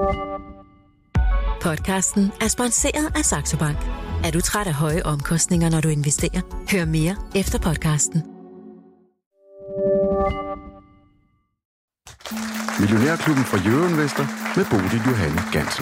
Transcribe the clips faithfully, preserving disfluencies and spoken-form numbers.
Podcasten er sponsoreret af Saxo Bank. Er du træt af høje omkostninger, når du investerer? Hør mere efter podcasten. Millionærklubben fra Euroinvestor med Bodil Johanne Gansel.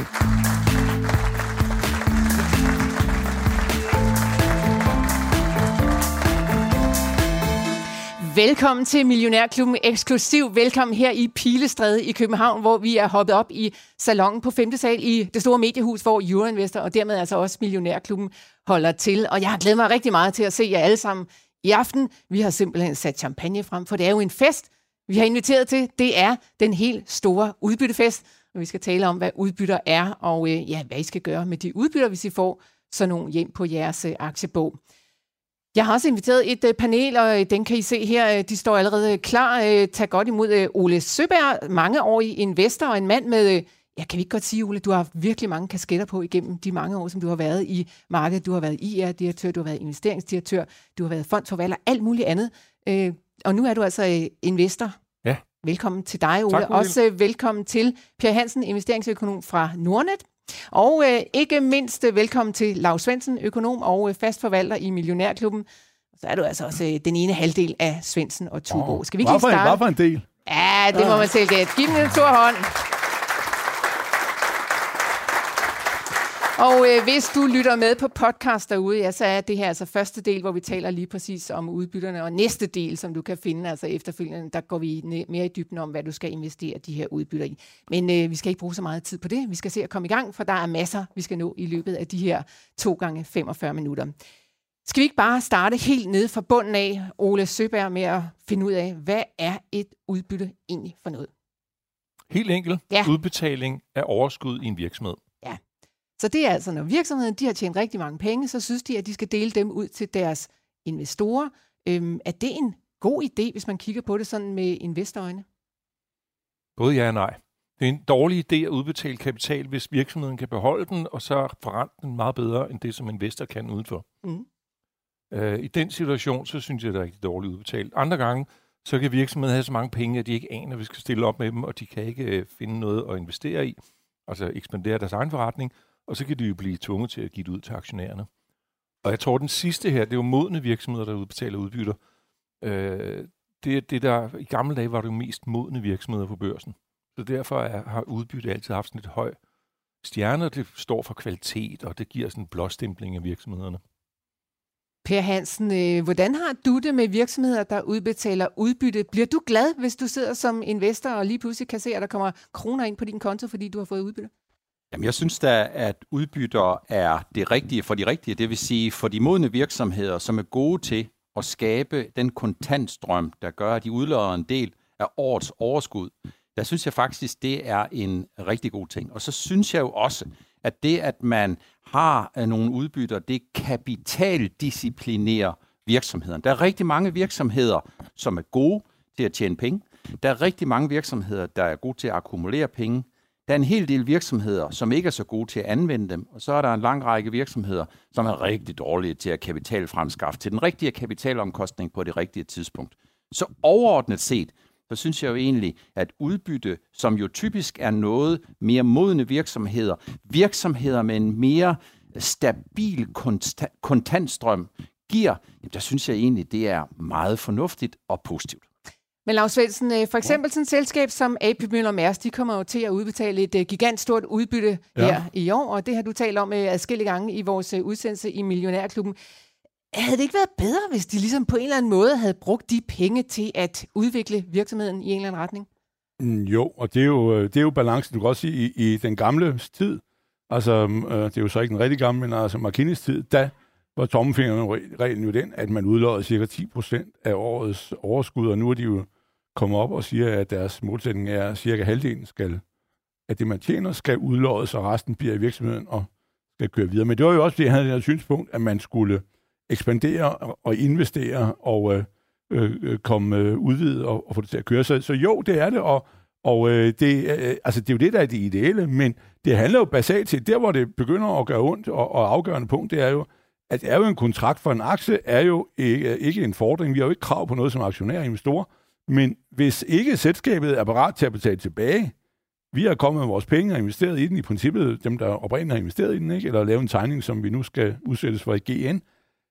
Velkommen til Millionærklubben eksklusiv. Velkommen her i Pilestræde i København, hvor vi er hoppet op i salongen på femte sal i det store mediehus, hvor Euroinvestor og dermed altså også Millionærklubben holder til. Og jeg har glædet mig rigtig meget til at se jer alle sammen i aften. Vi har simpelthen sat champagne frem, for det er jo en fest, vi har inviteret til. Det er den helt store udbyttefest, og vi skal tale om, hvad udbytter er, og øh, ja, hvad I skal gøre med de udbytter, hvis I får sådan nogle hjem på jeres øh, aktiebog. Jeg har også inviteret et øh, panel, og øh, den kan I se her. De står allerede klar. Øh, tag godt imod øh, Ole Søberg, mangeårig investor og en mand med, øh, ja, kan vi ikke godt sige, Ole, du har virkelig mange kasketter på igennem de mange år, som du har været i markedet. Du har været I R-direktør, du har været investeringsdirektør, du har været fondsforvalter, alt muligt andet. Øh, og nu er du altså øh, investor. Ja. Velkommen til dig, Ole. Tak, også øh, velkommen til Per Hansen, investeringsøkonom fra Nordnet. Og øh, ikke mindst øh, velkommen til Lau Svendsen, økonom og øh, fastforvalter i Millionærklubben. Så er du altså også øh, den ene halvdel af Svendsen og Tuborg. Oh, Skal vi ikke starte? Hvad for en del? Ja, det ja. må man selv gætte. Giv dem en stor hånd. Og øh, hvis du lytter med på podcast derude, ja, så er det her altså første del, hvor vi taler lige præcis om udbytterne, og næste del, som du kan finde, altså efterfølgende, der går vi mere i dybden om, hvad du skal investere de her udbytter i. Men øh, vi skal ikke bruge så meget tid på det. Vi skal se at komme i gang, for der er masser, vi skal nå i løbet af de her to gange femogfyrre minutter. Skal vi ikke bare starte helt nede fra bunden af, Ole Søberg, med at finde ud af, hvad er et udbytte egentlig for noget? Helt enkelt. Ja. Udbetaling af overskud i en virksomhed. Ja. Så det er altså, når virksomheden de har tjent rigtig mange penge, så synes de, at de skal dele dem ud til deres investorer. Øhm, er det en god idé, hvis man kigger på det sådan med investorøjne? Både ja og nej. Det er en dårlig idé at udbetale kapital, hvis virksomheden kan beholde den, og så forrente den meget bedre, end det, som investor kan udenfor. Mm. Øh, I den situation, så synes jeg, det er rigtig dårligt udbetalt. Andre gange, så kan virksomheden have så mange penge, at de ikke aner, at vi skal stille op med dem, og de kan ikke øh, finde noget at investere i, altså ekspandere deres egen forretning. Og så kan de jo blive tvunget til at give det ud til aktionærerne. Og jeg tror, den sidste her, det er jo modne virksomheder, der udbetaler udbytter. Øh, det, det der, i gamle dage var det jo mest modne virksomheder på børsen. Så derfor er, har udbytte altid haft sådan lidt høj stjerne, det står for kvalitet, og det giver sådan en blåstempling af virksomhederne. Per Hansen, øh, hvordan har du det med virksomheder, der udbetaler udbytte? Bliver du glad, hvis du sidder som investor og lige pludselig kan se, at der kommer kroner ind på din konto, fordi du har fået udbytte? Jamen, jeg synes da, at udbytter er det rigtige for de rigtige. Det vil sige for de modne virksomheder, som er gode til at skabe den kontantstrøm, der gør, at de udlodder en del af årets overskud. Der synes jeg faktisk, det er en rigtig god ting. Og så synes jeg jo også, at det, at man har nogle udbytter, det kapitaldisciplinerer virksomheden. Der er rigtig mange virksomheder, som er gode til at tjene penge. Der er rigtig mange virksomheder, der er gode til at akkumulere penge. Der er en hel del virksomheder, som ikke er så gode til at anvende dem, og så er der en lang række virksomheder, som er rigtig dårlige til at kapitalfremskaffe til den rigtige kapitalomkostning på det rigtige tidspunkt. Så overordnet set, så synes jeg jo egentlig, at udbytte, som jo typisk er noget mere modne virksomheder, virksomheder med en mere stabil kontantstrøm giver, der synes jeg egentlig, det er meget fornuftigt og positivt. Men Lau Svendsen, for eksempel sådan et selskab som A P Møller Mærsk, de kommer jo til at udbetale et gigant stort udbytte ja. her i år, og det har du talt om adskillige gange i vores udsendelse i Millionærklubben. Havde det ikke været bedre, hvis de ligesom på en eller anden måde havde brugt de penge til at udvikle virksomheden i en eller anden retning? Mm, jo, og det er jo, det er jo balancen, du kan også sige, i, i den gamle tid. Altså, øh, det er jo så ikke den rigtig gamle, men altså Markinis tid, da var tommelfingerreglen jo den, at man udlodder cirka ti procent af årets overskud, og nu er de jo kommet op og siger, at deres målsætning er, at cirka halvdelen skal, at det man tjener, skal udloddes, og resten bliver i virksomheden og skal køre videre. Men det var jo også det, jeg havde det synspunkt, at man skulle ekspandere og investere og øh, øh, komme øh, udvide og, og få det til at køre. Så, så jo, det er det, og, og øh, det, øh, altså, det er jo det, der er det ideelle, men det handler jo basalt til, der hvor det begynder at gøre ondt, og, og afgørende punkt, det er jo, at det er jo en kontrakt for en aktie, er jo ikke, ikke en fordring. Vi har jo ikke krav på noget som aktionær og investor, men hvis ikke selskabet er parat til at betale tilbage, vi er kommet med vores penge og investeret i den, i princippet dem, der oprindeligt har investeret i den, ikke? Eller lave en tegning, som vi nu skal udsættes for i G N,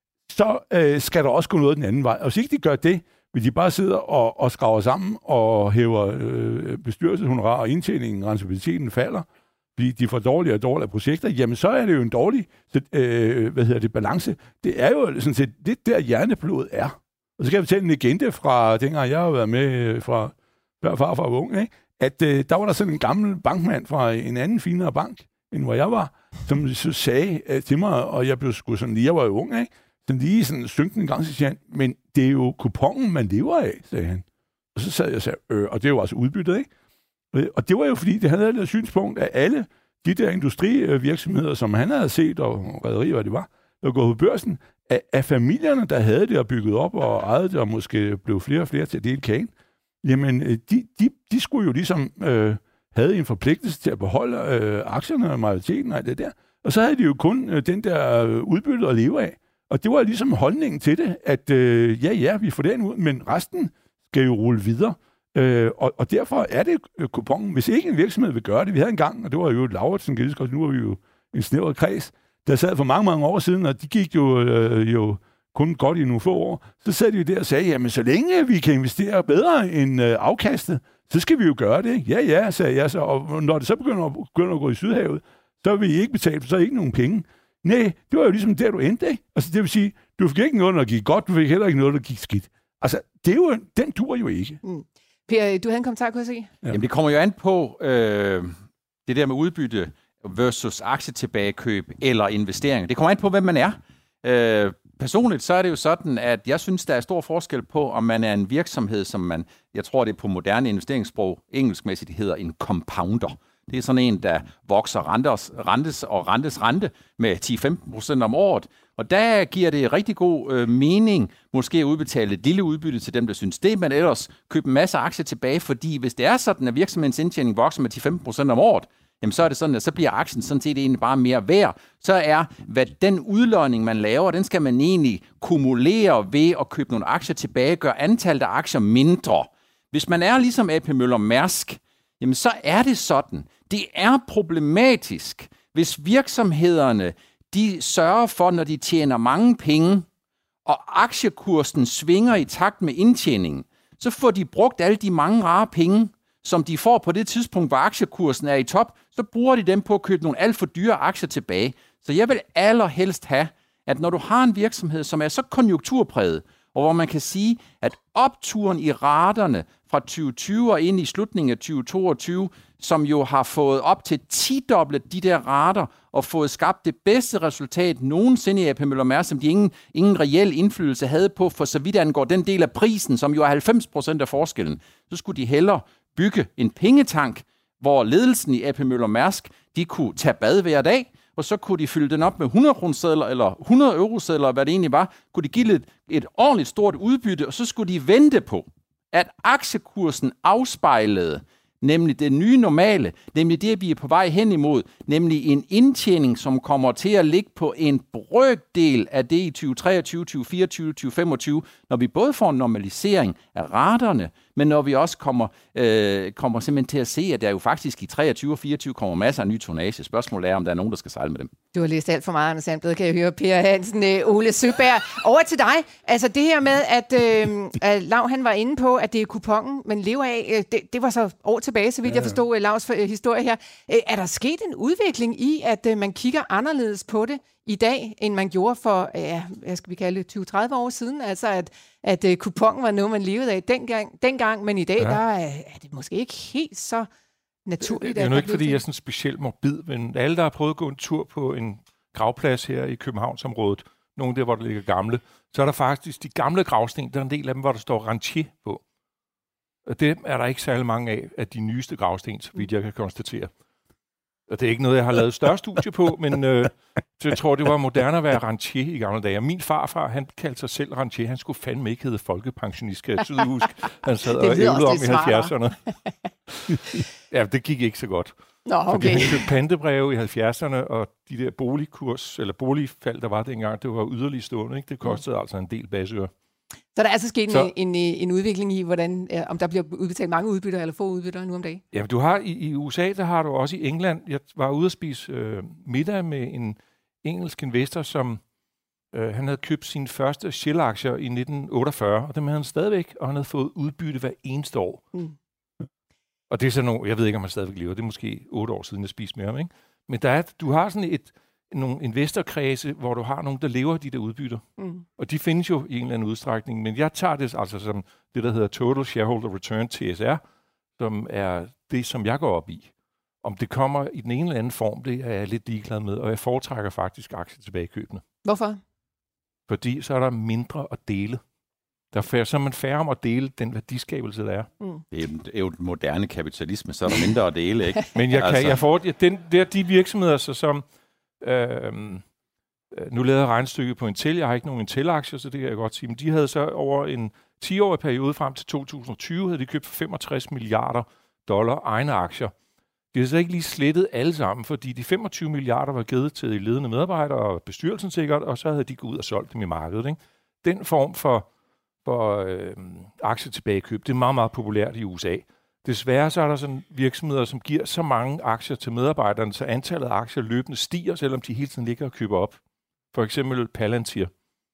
så øh, skal der også gå noget den anden vej. Og hvis ikke de gør det, vil de bare sidde og, og skraver sammen og hæver øh, bestyrelseshonorar og indtjeningen, rentabiliteten falder, fordi de får dårligere og dårligere projekter, jamen så er det jo en dårlig øh, hvad hedder det, balance. Det er jo sådan set det der hjerneblodet er. Og så kan jeg fortælle en legende fra dengang, jeg har været med fra før far var ung, ikke? At øh, der var der sådan en gammel bankmand fra en anden finere bank, end hvor jeg var, som så sagde øh, til mig, og jeg blev sgu sådan lige, jeg var jo ung, ikke? Sådan lige sådan synkende en gang, så siger han, men det er jo kuponen, man lever af, sagde han. Og så sad jeg og sagde, øh, og det er jo også udbyttet, ikke? Og det var jo fordi, det havde et synspunkt af alle de der industrivirksomheder, som han havde set, og rederier, hvad det var, der gået på børsen, af, af familierne, der havde det og bygget op og ejede det, og måske blev flere og flere til at dele kagen, jamen, de, de, de skulle jo ligesom øh, have en forpligtelse til at beholde øh, aktierne og majoriteten og alt det der. Og så havde de jo kun øh, den der udbytte at leve af. Og det var ligesom holdningen til det, at øh, ja, ja, vi får den ud, men resten skal jo rulle videre. Øh, og, og derfor er det øh, kuponen. Hvis ikke en virksomhed vil gøre det, vi havde en gang, og det var jo Lauritsen, nu er vi jo en snæver kreds, der sad for mange, mange år siden, og de gik jo, øh, jo kun godt i nogle få år, så sad de jo der og sagde, jamen så længe vi kan investere bedre end øh, afkastet, så skal vi jo gøre det. Ja, ja, sagde jeg så, og når det så begynder, begynder at gå i Sydhavet, så vil I ikke betale, for så er ikke nogen penge. Nej, det var jo ligesom der, du endte, ikke? Altså det vil sige, du fik ikke noget, der gik godt, du fik heller ikke noget, der gik skidt. Altså, det er jo, den dur jo ikke. Mm. Per, du havde en kommentar, kunne jeg sige? Ja. Jamen, det kommer jo an på øh, det der med udbytte versus aktietilbagekøb eller investeringer. Det kommer an på, hvem man er. Øh, personligt så er det jo sådan, at jeg synes, der er stor forskel på, om man er en virksomhed, som man, jeg tror det er på moderne investeringssprog, engelskmæssigt hedder en compounder. Det er sådan en, der vokser rentes, rentes og rentes rente med ti til femten procent om året. Og der giver det rigtig god øh, mening, måske at udbetale et lille udbytte til dem, der synes det, men ellers købe en masse aktier tilbage, fordi hvis det er sådan, at virksomhedens indtjening vokser med ti til femten procent om året, jamen så er det sådan, at så bliver aktien sådan set egentlig bare mere værd. Så er, hvad den udlodning, man laver, den skal man egentlig kumulere ved at købe nogle aktier tilbage, gøre antallet af aktier mindre. Hvis man er ligesom A P Møller Mærsk, jamen så er det sådan. Det er problematisk, hvis virksomhederne, de sørger for, når de tjener mange penge, og aktiekursen svinger i takt med indtjeningen, så får de brugt alle de mange rare penge, som de får på det tidspunkt, hvor aktiekursen er i top, så bruger de dem på at købe nogle alt for dyre aktier tilbage. Så jeg vil allerhelst have, at når du har en virksomhed, som er så konjunkturpræget, og hvor man kan sige, at opturen i raterne fra tyve tyve og ind i slutningen af tyve toogtyve, som jo har fået op til ti-doblet de der rater og fået skabt det bedste resultat nogensinde i A P Møller Mærsk, som de ingen, ingen reel indflydelse havde på, for så vidt angår den del af prisen, som jo er halvfems procent af forskellen, så skulle de hellere bygge en pengetank, hvor ledelsen i A P Møller Mærsk, de kunne tage bad hver dag, og så kunne de fylde den op med hundrede kronesedler eller hundrede eurosedler, hvad det egentlig var, kunne de give lidt et ordentligt stort udbytte, og så skulle de vente på, at aktiekursen afspejlede nemlig det nye normale, nemlig det, vi er på vej hen imod, nemlig en indtjening, som kommer til at ligge på en brøkdel af det i tyve treogtyve, tyve fireogtyve, tyve femogtyve, når vi både får en normalisering af raterne, men når vi også kommer, øh, kommer simpelthen til at se, at der jo faktisk i treogtyve og fireogtyve kommer masser af ny tonnage. Spørgsmålet er, om der er nogen, der skal sejle med dem. Du har læst alt for meget, Anders Sandblad, kan jeg høre. Per Hansen, øh, Ole Søberg. Over til dig. Altså det her med, at, øh, at Lav han var inde på, at det er kuponen, man lever af. Øh, det, det var så år tilbage, så vidt ja, ja. jeg forstod Lavs øh, historie her. Øh, er der sket en udvikling i, at øh, man kigger anderledes på det i dag, end man gjorde for, ja, hvad skal vi kalde det, tyve til tredive år siden? Altså, at, at uh, kuponen var noget, man levede af dengang, dengang men i dag, ja. der er, er det måske ikke helt så naturligt. Det er jo ikke, fordi jeg er sådan specielt morbid, men alle, der har prøvet at gå en tur på en gravplads her i Københavnsområdet, nogle der, hvor der ligger gamle, så er der faktisk de gamle gravsten, der er en del af dem, hvor der står rancher på. Og det er der ikke særlig mange af, af de nyeste gravsten, så vidt jeg kan konstatere. Og det er ikke noget, jeg har lavet større studie på, men øh, så jeg tror, det var moderne at være rancher i gamle dage. Min farfar, han kaldte sig selv rancher. Han skulle fandme ikke hedde folkepensionist, skal jeg tydeligt huske. Han sad og ævlede om i halvfjerdserne. Ja, det gik ikke så godt. Nå, okay. Fordi han købte pantebreve i halvfjerdserne, og de der boligkurs, eller boligfald, der var dengang, det var yderligere stående. Ikke? Det kostede mm. altså en del basøre. Så der er altså sket Så, en, en, en udvikling i, hvordan, øh, om der bliver udbetalt mange udbytter eller få udbytter nu om dagen? Ja, du har i, i U S A, der har du også i England. Jeg var ude at spise øh, middag med en engelsk investor, som øh, han havde købt sine første Shell-aktier i nitten otteogfyrre, og dem havde han stadigvæk, og han havde fået udbytte hver eneste år. Mm. Og det er sådan nogle, jeg ved ikke, om han stadigvæk lever, det er måske otte år siden, jeg spiste med ham, ikke? Men der er, du har sådan et, nogle investorkredse, hvor du har nogen, der lever af de der udbytter. Mm. Og de findes jo i en eller anden udstrækning, men jeg tager det altså som det, der hedder Total Shareholder Return, T S R, som er det, som jeg går op i. Om det kommer i den ene eller anden form, det er jeg lidt ligeglad med, og jeg foretrækker faktisk aktier tilbagekøbende. Hvorfor? Fordi så er der mindre at dele. Der er færre, så er man færre om at dele den værdiskabelse, der er. Mm. Det er jo, det er jo den moderne kapitalisme, så er der mindre at dele, ikke? Men jeg kan, altså. jeg får, ja, den, der, de virksomheder, så som... Øh, nu lavede jeg regnstykket på Intel. Jeg har ikke nogen Intel-aktier, så det kan jeg godt sige. Men de havde så over en ti-årig periode frem til to tusind og tyve, havde de købt for femogtres milliarder dollar egne aktier. De havde så ikke lige slettet alle sammen, fordi de femogtyve milliarder var givet til de ledende medarbejdere og bestyrelsen sikkert, og så havde de gået ud og solgt dem i markedet. Ikke? Den form for, for øh, aktietilbagekøb, det er meget, meget populært i U S A. Desværre så er der sådan virksomheder, som giver så mange aktier til medarbejderne, så antallet af aktier løbende stiger, selvom de hele tiden ligger og køber op. For eksempel Palantir.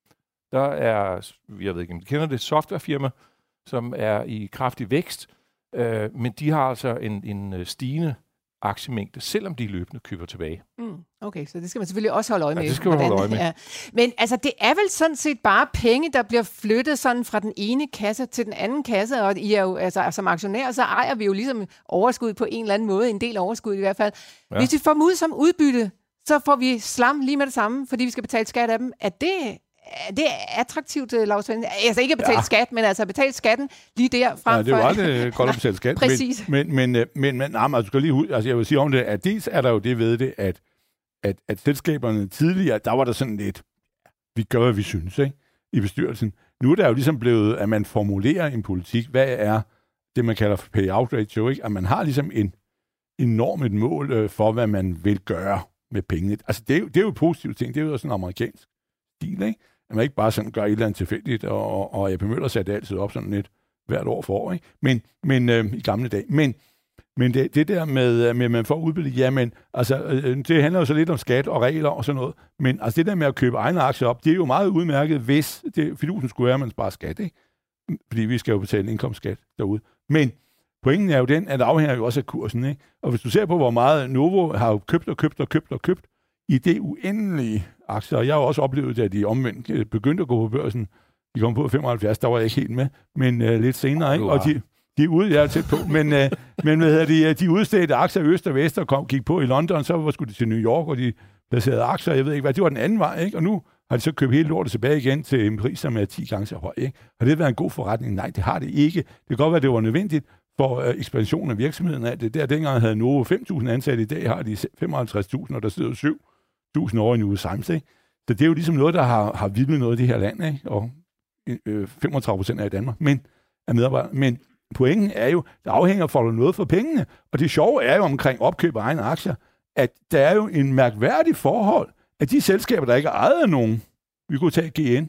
Der er, jeg ved ikke, om du kender det, et softwarefirma, som er i kraftig vækst, øh, men de har altså en, en stigende aktiemængde, selvom de løbende køber tilbage. Mm, okay, så det skal man selvfølgelig også holde øje med. Ja, det skal man holde øje med. Ja. Men altså, det er vel sådan set bare penge, der bliver flyttet sådan fra den ene kasse til den anden kasse, og I er jo, altså, som aktionærer, så ejer vi jo ligesom overskud på en eller anden måde, en del overskud i hvert fald. Ja. Hvis vi får dem ud som udbytte, så får vi slam lige med det samme, fordi vi skal betale skat af dem. Er det, er det attraktivt, Lars Svendsen? Altså ikke at betale ja. skat, men altså at betale skatten lige der frem. Ja, det er jo aldrig godt at betale skat. Præcis. Men, men, men, men, men nej, man skal lige ud. Altså jeg vil sige om det, at dels er der jo det ved det, at, at, at selskaberne tidligere, der var der sådan lidt, vi gør, hvad vi synes, ikke? I bestyrelsen. Nu er der jo ligesom blevet, at man formulerer en politik. Hvad er det, man kalder for payout ratio, ikke? At man har ligesom en enormt mål øh, for, hvad man vil gøre med pengene. Altså, det er, jo, det er jo et positivt ting. Det er jo sådan en amerikansk stil, ikke? At man ikke bare sådan gør et eller andet tilfældigt, og, og jeg bemøller sig det altid op sådan lidt hvert år for år, ikke? Men, men øh, i gamle dage. Men, men det, det der med, med man får udbytte, jamen, altså, øh, det handler jo så lidt om skat og regler og sådan noget. Men altså, det der med at købe egne aktier op, det er jo meget udmærket, hvis det, fidusen skulle være, at man sparer skat, ikke? Fordi vi skal jo betale indkomstskat derude. Men pointen er jo den, at det afhænger jo også af kursen, ikke? Og hvis du ser på, hvor meget Novo har jo købt og købt og købt og købt i det uendelige aktier, og jeg har jo også oplevet, at de omvendt begyndte at gå på børsen. De kom på femoghalvfjerds, der var jeg ikke helt med, men uh, lidt senere, ikke? Og de, de er ude, jeg er tæt på, men, uh, men hvad hedder de, de udstedte aktier øst og vest, og kom, gik på i London, så skulle de til New York, og de placerede aktier, jeg ved ikke hvad, det var den anden vej, ikke? Og nu har de så købt hele lortet tilbage igen til en pris, som er ti gange så høj, ikke? Har det været en god forretning? Nej, det har det ikke. Det kan godt være, at det var nødvendigt for uh, ekspansion af virksomheden af det. Der dengang havde Novo fem tusind ansatte, i dag har de femoghalvtreds tusind, og der sidder syv tusind over i New Times, ikke? Så det er jo ligesom noget, der har, har vildt noget i det her land, ikke? Og øh, femogtredive procent er i Danmark, men er medarbejdere. Men pointen er jo, der afhænger for noget for pengene. Og det sjove er jo omkring opkøb af egne aktier, at der er jo en mærkværdig forhold, at de selskaber, der ikke er ejet af nogen, vi kunne tage G N,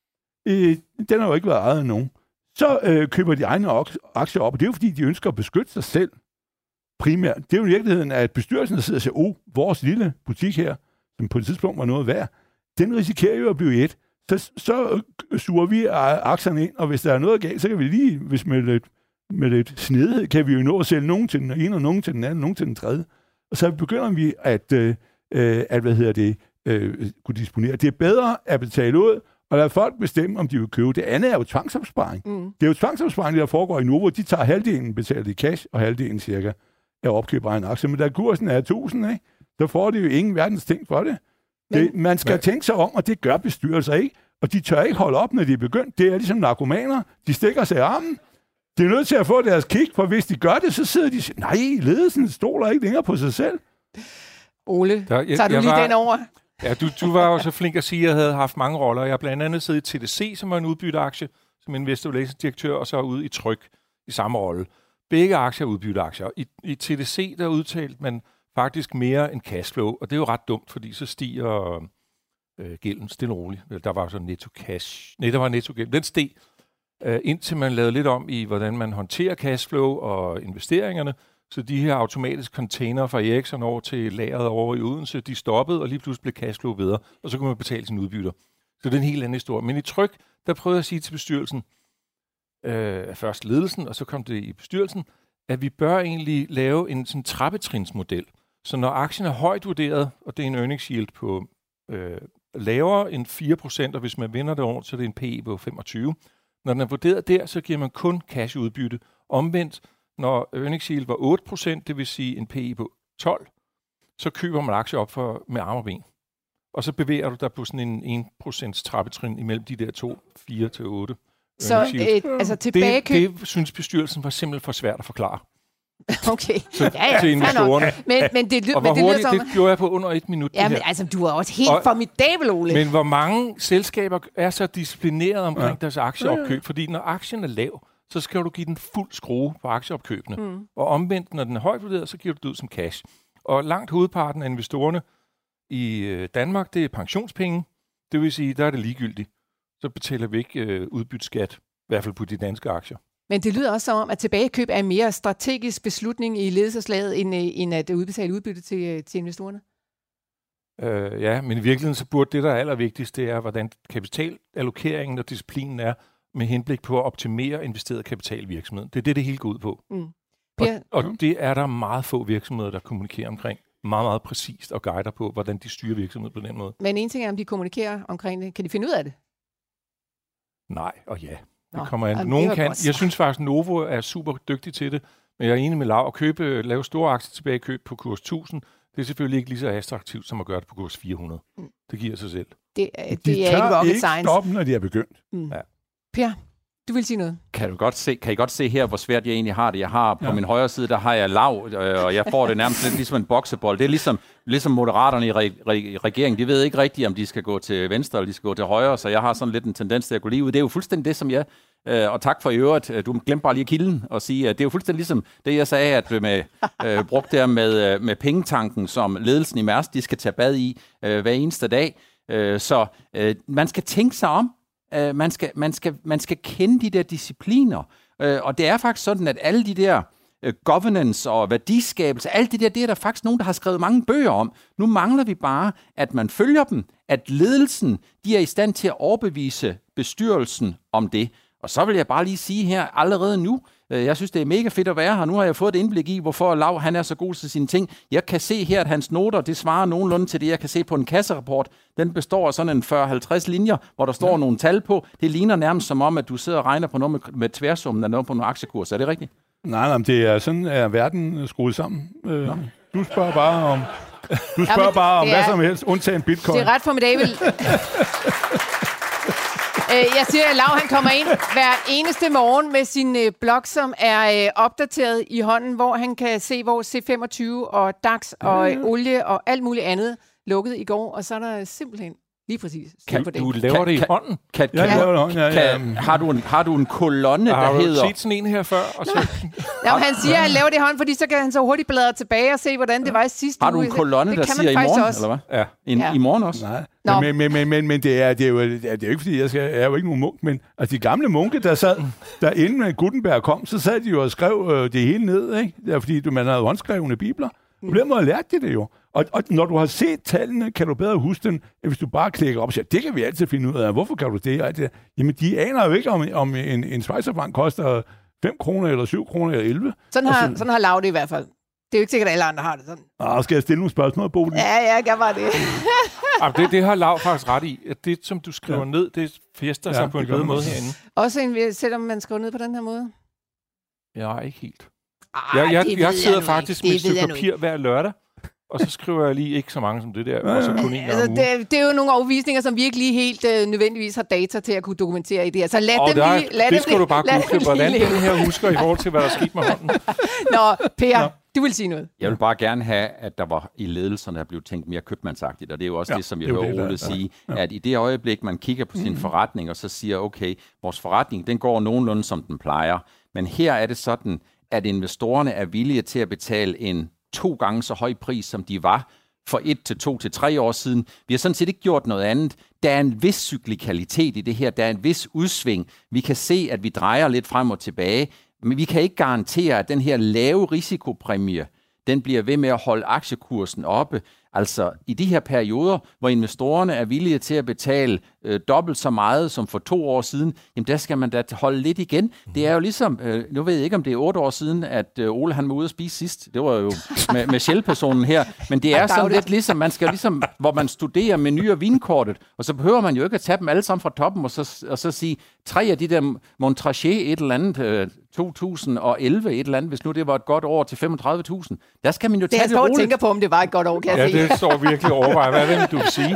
øh, den har jo ikke været ejet af nogen, så øh, køber de egne aktier op, og det er jo fordi, de ønsker at beskytte sig selv primært. Det er jo i virkeligheden, at bestyrelsen der sidder og siger, oh, vores lille butik her, som på et tidspunkt var noget værd, den risikerer jo at blive et. Så, så suger vi aktierne ind, og hvis der er noget galt, så kan vi lige, hvis med lidt, med lidt snedighed, kan vi jo nå at sælge nogen til den ene, og nogen til den anden, nogen til den tredje. Og så begynder vi at, øh, at hvad hedder det, øh, kunne disponere. Det er bedre at betale ud, og lade folk bestemme, om de vil købe. Det andet er jo tvangsopsparing. Mm. Det er jo tvangsopsparing, der foregår i Novo. De tager halvdelen betalt i cash, og halvdelen cirka af opkøb af en aktie. Men da kursen er tusind, ikke, så får de jo ingen verdens ting for det. Men, det man skal men, tænke sig om, og det gør bestyrelser ikke. Og de tør ikke holde op, når de er begyndt. Det er ligesom narkomaner. De stikker sig i armen. De er nødt til at få deres kick, for hvis de gør det, så sidder de og siger, nej, ledelsen stoler ikke længere på sig selv. Ole, der, jeg, tager du jeg lige var, den over? Ja, du, du var jo så flink at sige, at jeg havde haft mange roller. Jeg har blandt andet siddet i T D C, som var en udbytteaktie, som investor relations direktør, og så ude i Tryg i samme rolle. Begge aktier er udbytteaktier. I, i T D C, der udtalte man faktisk mere end cashflow, og det er jo ret dumt, fordi så stiger øh, gælden stille og roligt. Der var så netto cash. Nej, der var netto gæld. Den steg, øh, indtil man lavede lidt om i, hvordan man håndterer cashflow og investeringerne. Så de her automatiske container fra Ericsson over til lageret over i Odense, de stoppede, og lige pludselig blev cashflow videre, og så kunne man betale sine udbytter. Så det er en helt anden historie. Men i Tryg, der prøvede jeg at sige til bestyrelsen, øh, først ledelsen, og så kom det i bestyrelsen, at vi bør egentlig lave en sådan trappetrinsmodel. Så når aktien er højt vurderet, og det er en earnings yield på øh, lavere end fire procent, og hvis man vinder det over, så er det en P E på femogtyve. Når den er vurderet der, så giver man kun cash udbytte. Omvendt, når earnings yield var otte procent, det vil sige en P E på tolv, så køber man aktier op for, med arm og ben. Og så bevæger du dig på sådan en en procent trappetrin imellem de der to, fire til otte. Så et, altså tilbagekøb... Det, det synes bestyrelsen var simpelthen for svært at forklare. Okay. Så, ja, ja, til investorerne. Men, men det, og hvor men det hurtigt, som... det gjorde jeg på under et minut. Ja, men altså, du er også helt og, formidabel, Ole. Men hvor mange selskaber er så disciplineret omkring ja. deres aktieopkøb? Fordi når aktien er lav, så skal du give den fuld skrue på aktieopkøbene. Mm. Og omvendt, når den er højt vurderet, så giver du det ud som cash. Og langt hovedparten af investorerne i Danmark, det er pensionspenge. Det vil sige, der er det ligegyldigt. Så betaler vi ikke øh, udbytteskat, i hvert fald på de danske aktier. Men det lyder også som om, at tilbagekøb er en mere strategisk beslutning i ledelseslaget, end, end at udbetale udbytte til, til investorerne? Øh, ja, men i virkeligheden så burde det, der er allervigtigst, det er, hvordan kapitalallokeringen og disciplinen er med henblik på at optimere investeret kapital i virksomheden. Det er det, det hele går ud på. Mm. Og, og det er der meget få virksomheder, der kommunikerer omkring. Meget, meget præcist og guider på, hvordan de styrer virksomheden på den måde. Men en ting er, om de kommunikerer omkring det. Kan de finde ud af det? Nej, og ja. Det Nå, kommer an. Nogen kan. Jeg synes faktisk, at Novo er super dygtig til det, men jeg er enig med Lav at købe, lave store aktier tilbage køb på kurs tusind. Det er selvfølgelig ikke lige så attraktivt, som at gøre det på kurs fire hundrede. Mm. Det giver sig selv. Det, det de er ikke rocket science. De stoppe, når de er begyndt. Mm. Ja. Per, du vil sige noget? Kan du godt se, kan I godt se her, hvor svært jeg egentlig har det? Jeg har på ja. min højre side, der har jeg Lav, øh, og jeg får det nærmest lidt ligesom en boksebold. Det er ligesom, ligesom moderaterne i re- re- regeringen. De ved ikke rigtigt, om de skal gå til venstre eller de skal gå til højre, så jeg har sådan lidt en tendens til at gå lige ud. Det er jo fuldstændig det, som jeg... Øh, og tak for i øvrigt. Du glemte bare lige kilden og sige, at det er jo fuldstændig ligesom det, jeg sagde, at med øh, brugt der med, med pengetanken, som ledelsen i Mærsk, de skal tage bad i øh, hver eneste dag. Øh, så øh, man skal tænke sig om. Uh, man, skal, man, skal, man skal kende de der discipliner. Uh, og det er faktisk sådan, at alle de der uh, governance og værdiskabelse, alt det der, det er der faktisk nogen, der har skrevet mange bøger om. Nu mangler vi bare, at man følger dem, at ledelsen, de er i stand til at overbevise bestyrelsen om det. Og så vil jeg bare lige sige her allerede nu, uh, jeg synes, det er mega fedt at være her. Nu har jeg fået et indblik i, hvorfor Lav han er så god til sine ting. Jeg kan se her, at hans noter, det svarer nogenlunde til det, jeg kan se på en kasserapport. Den består af sådan en fyrre halvtreds linjer, hvor der står ja. nogle tal på. Det ligner nærmest som om, at du sidder og regner på noget med, med tværsummen af noget på nogle aktiekurser. Er det rigtigt? Nej, nej, det er sådan, er verden skruet sammen. Øh, du spørger bare om, du spørger ja, bare om hvad som helst, undtagen bitcoin. Det er ret formidabelt. Jeg siger, at Lav han kommer ind hver eneste morgen med sin øh, blog, som er øh, opdateret i hånden, hvor han kan se, hvor C femogtyve og DAX og øh, olie og alt muligt andet lukkede i går. Og så er der simpelthen lige præcis kan, på det. Du laver kan, det i kan, hånden? Kan, kan, ja, jeg laver det i hånden. Ja, ja. Kan, har, du en, har du en kolonne, der har hedder... Har du set sådan en her før? Og så... Nå, han siger, at han laver det i hånden, fordi så kan han så hurtigt bladre tilbage og se, hvordan det var i sidste uge. Har du en kolonne, der siger i morgen, også. eller hvad? Ja. En, ja. I morgen også? Nej, men, men, men, men, men det, er, det, er jo, det er jo ikke, fordi jeg, skal, jeg er jo ikke nogen munk, men altså, de gamle munke, der sad, der inden Gutenberg kom, så sad de jo og skrev øh, det hele ned, ikke? Det er, fordi man havde håndskrevne bibler. På den måde lærte de det jo. Og, og når du har set tallene, kan du bedre huske den, end hvis du bare klikker op og siger, det kan vi altid finde ud af. Hvorfor kan du det? Og det jamen, de aner jo ikke, om, om en, en schweizerfranc koster fem kroner, eller syv kroner, eller elleve. Sådan har, så, sådan har Lav det i hvert fald. Det er jo ikke sikkert, at alle andre har det sådan. Ah, skal jeg stille nogle spørgsmål, Bodil? Ja, ja, gør bare det. Jamen, det. Det har Lav faktisk ret i. At det, som du skriver ja. ned, det fester ja, sig på en bedre måde herinde. Også en, selvom man skriver ned på den her måde? Ja, ikke helt. Ej, jeg jeg, jeg sidder jeg faktisk med et stykke papir hver lørdag, og så skriver jeg lige ikke så mange som det der, og så kun en altså, gang det, det er jo nogle overvisninger, som virkelig helt øh, nødvendigvis har data til at kunne dokumentere i det her. Så lad og dem der, lige... Lad det dem skal du bare google, hvordan den her husker i forhold til, hvad der er sket med hånden. Nå, Per, Nå. du vil sige noget. Jeg vil bare gerne have, at der var i ledelserne, der blev tænkt mere købmandsagtigt, og det er jo også ja, det, som jeg hører Ole sige, ja. at i det øjeblik, man kigger på sin mm. forretning, og så siger, okay, vores forretning, den går nogenlunde, som den plejer, men her er det sådan, at investorerne er villige til at betale en to gange så høj pris, som de var for et til to til tre år siden. Vi har sådan set ikke gjort noget andet. Der er en vis cyklikalitet i det her. Der er en vis udsving. Vi kan se, at vi drejer lidt frem og tilbage. Men vi kan ikke garantere, at den her lave risikopræmie, den bliver ved med at holde aktiekursen oppe. Altså i de her perioder, hvor investorerne er villige til at betale øh, dobbelt så meget som for to år siden, jamen der skal man da holde lidt igen. Det er jo ligesom, øh, nu ved jeg ikke, om det er otte år siden, at øh, Ole han var ude at spise sidst. Det var jo med, med Shell-personen her. Men det er sådan lidt ligesom, man skal ligesom, hvor man studerer menu- og vinkortet, og så behøver man jo ikke at tage dem alle sammen fra toppen, og så, og så sige, tre af de der Montrachet et eller andet, øh, to tusind og elleve et eller andet, hvis nu det var et godt år til femogtredive tusind. Der skal man jo det tage det roligt. roligt. Jeg tænker på, om det var et godt år, kan jeg ja, det står virkelig overveje. Hvad er det, du vil sige?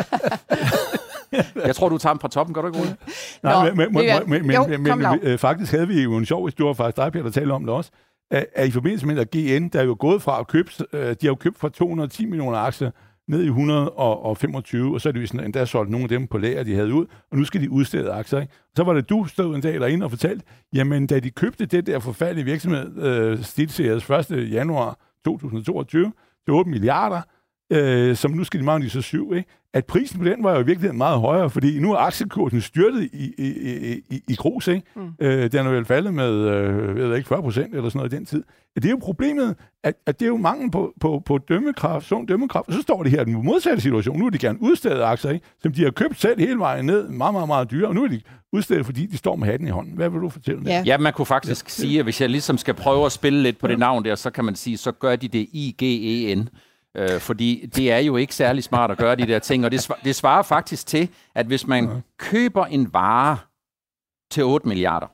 Jeg tror, du tager dem fra toppen, gør du ikke, Ole? Nej, men, men, er... men, jo, men, men, men øh, faktisk havde vi jo en sjov historie, faktisk dig, Per, der talte om det også, at, at i forbindelse med, at G N, der er jo gået fra at købe, øh, de har jo købt for to hundrede og ti millioner aktier, ned i et hundrede og femogtyve, og så er det jo sådan, endda solgt nogle af dem på lager, de havde ud, og nu skal de udstede aktier, ikke? Så var det, du stod en dag derinde og fortalte, jamen, da de købte det der forfærdelige virksomhed, øh, SteelSeries første januar to tusind og toogtyve, til otte milliarder, øh, som nu skal de mange så syv, ikke? At prisen på den var jo i virkeligheden meget højere, fordi nu er aktiekursen styrtet i, i, i, i, i grus, ikke? Mm. Øh, den er vel faldet med, øh, jeg ved ikke, fyrre procent eller sådan noget i den tid. Det er jo problemet, at, at det er jo mangel på, på, på dømmekraft, sund dømmekraft, og så står det her i den modsatte situation. Nu er de gerne udstedet aktier, ikke? Som de har købt selv hele vejen ned, meget, meget, meget dyre, og nu er de udstedet, fordi de står med hatten i hånden. Hvad vil du fortælle om det? Ja. ja, man kunne faktisk ja. sige, at hvis jeg ligesom skal prøve at spille lidt på det navn der, så kan man sige, så gør de det I G E N. Øh, fordi det er jo ikke særlig smart at gøre de der ting, og det, svar, det svarer faktisk til, at hvis man ja. køber en vare til otte milliarder,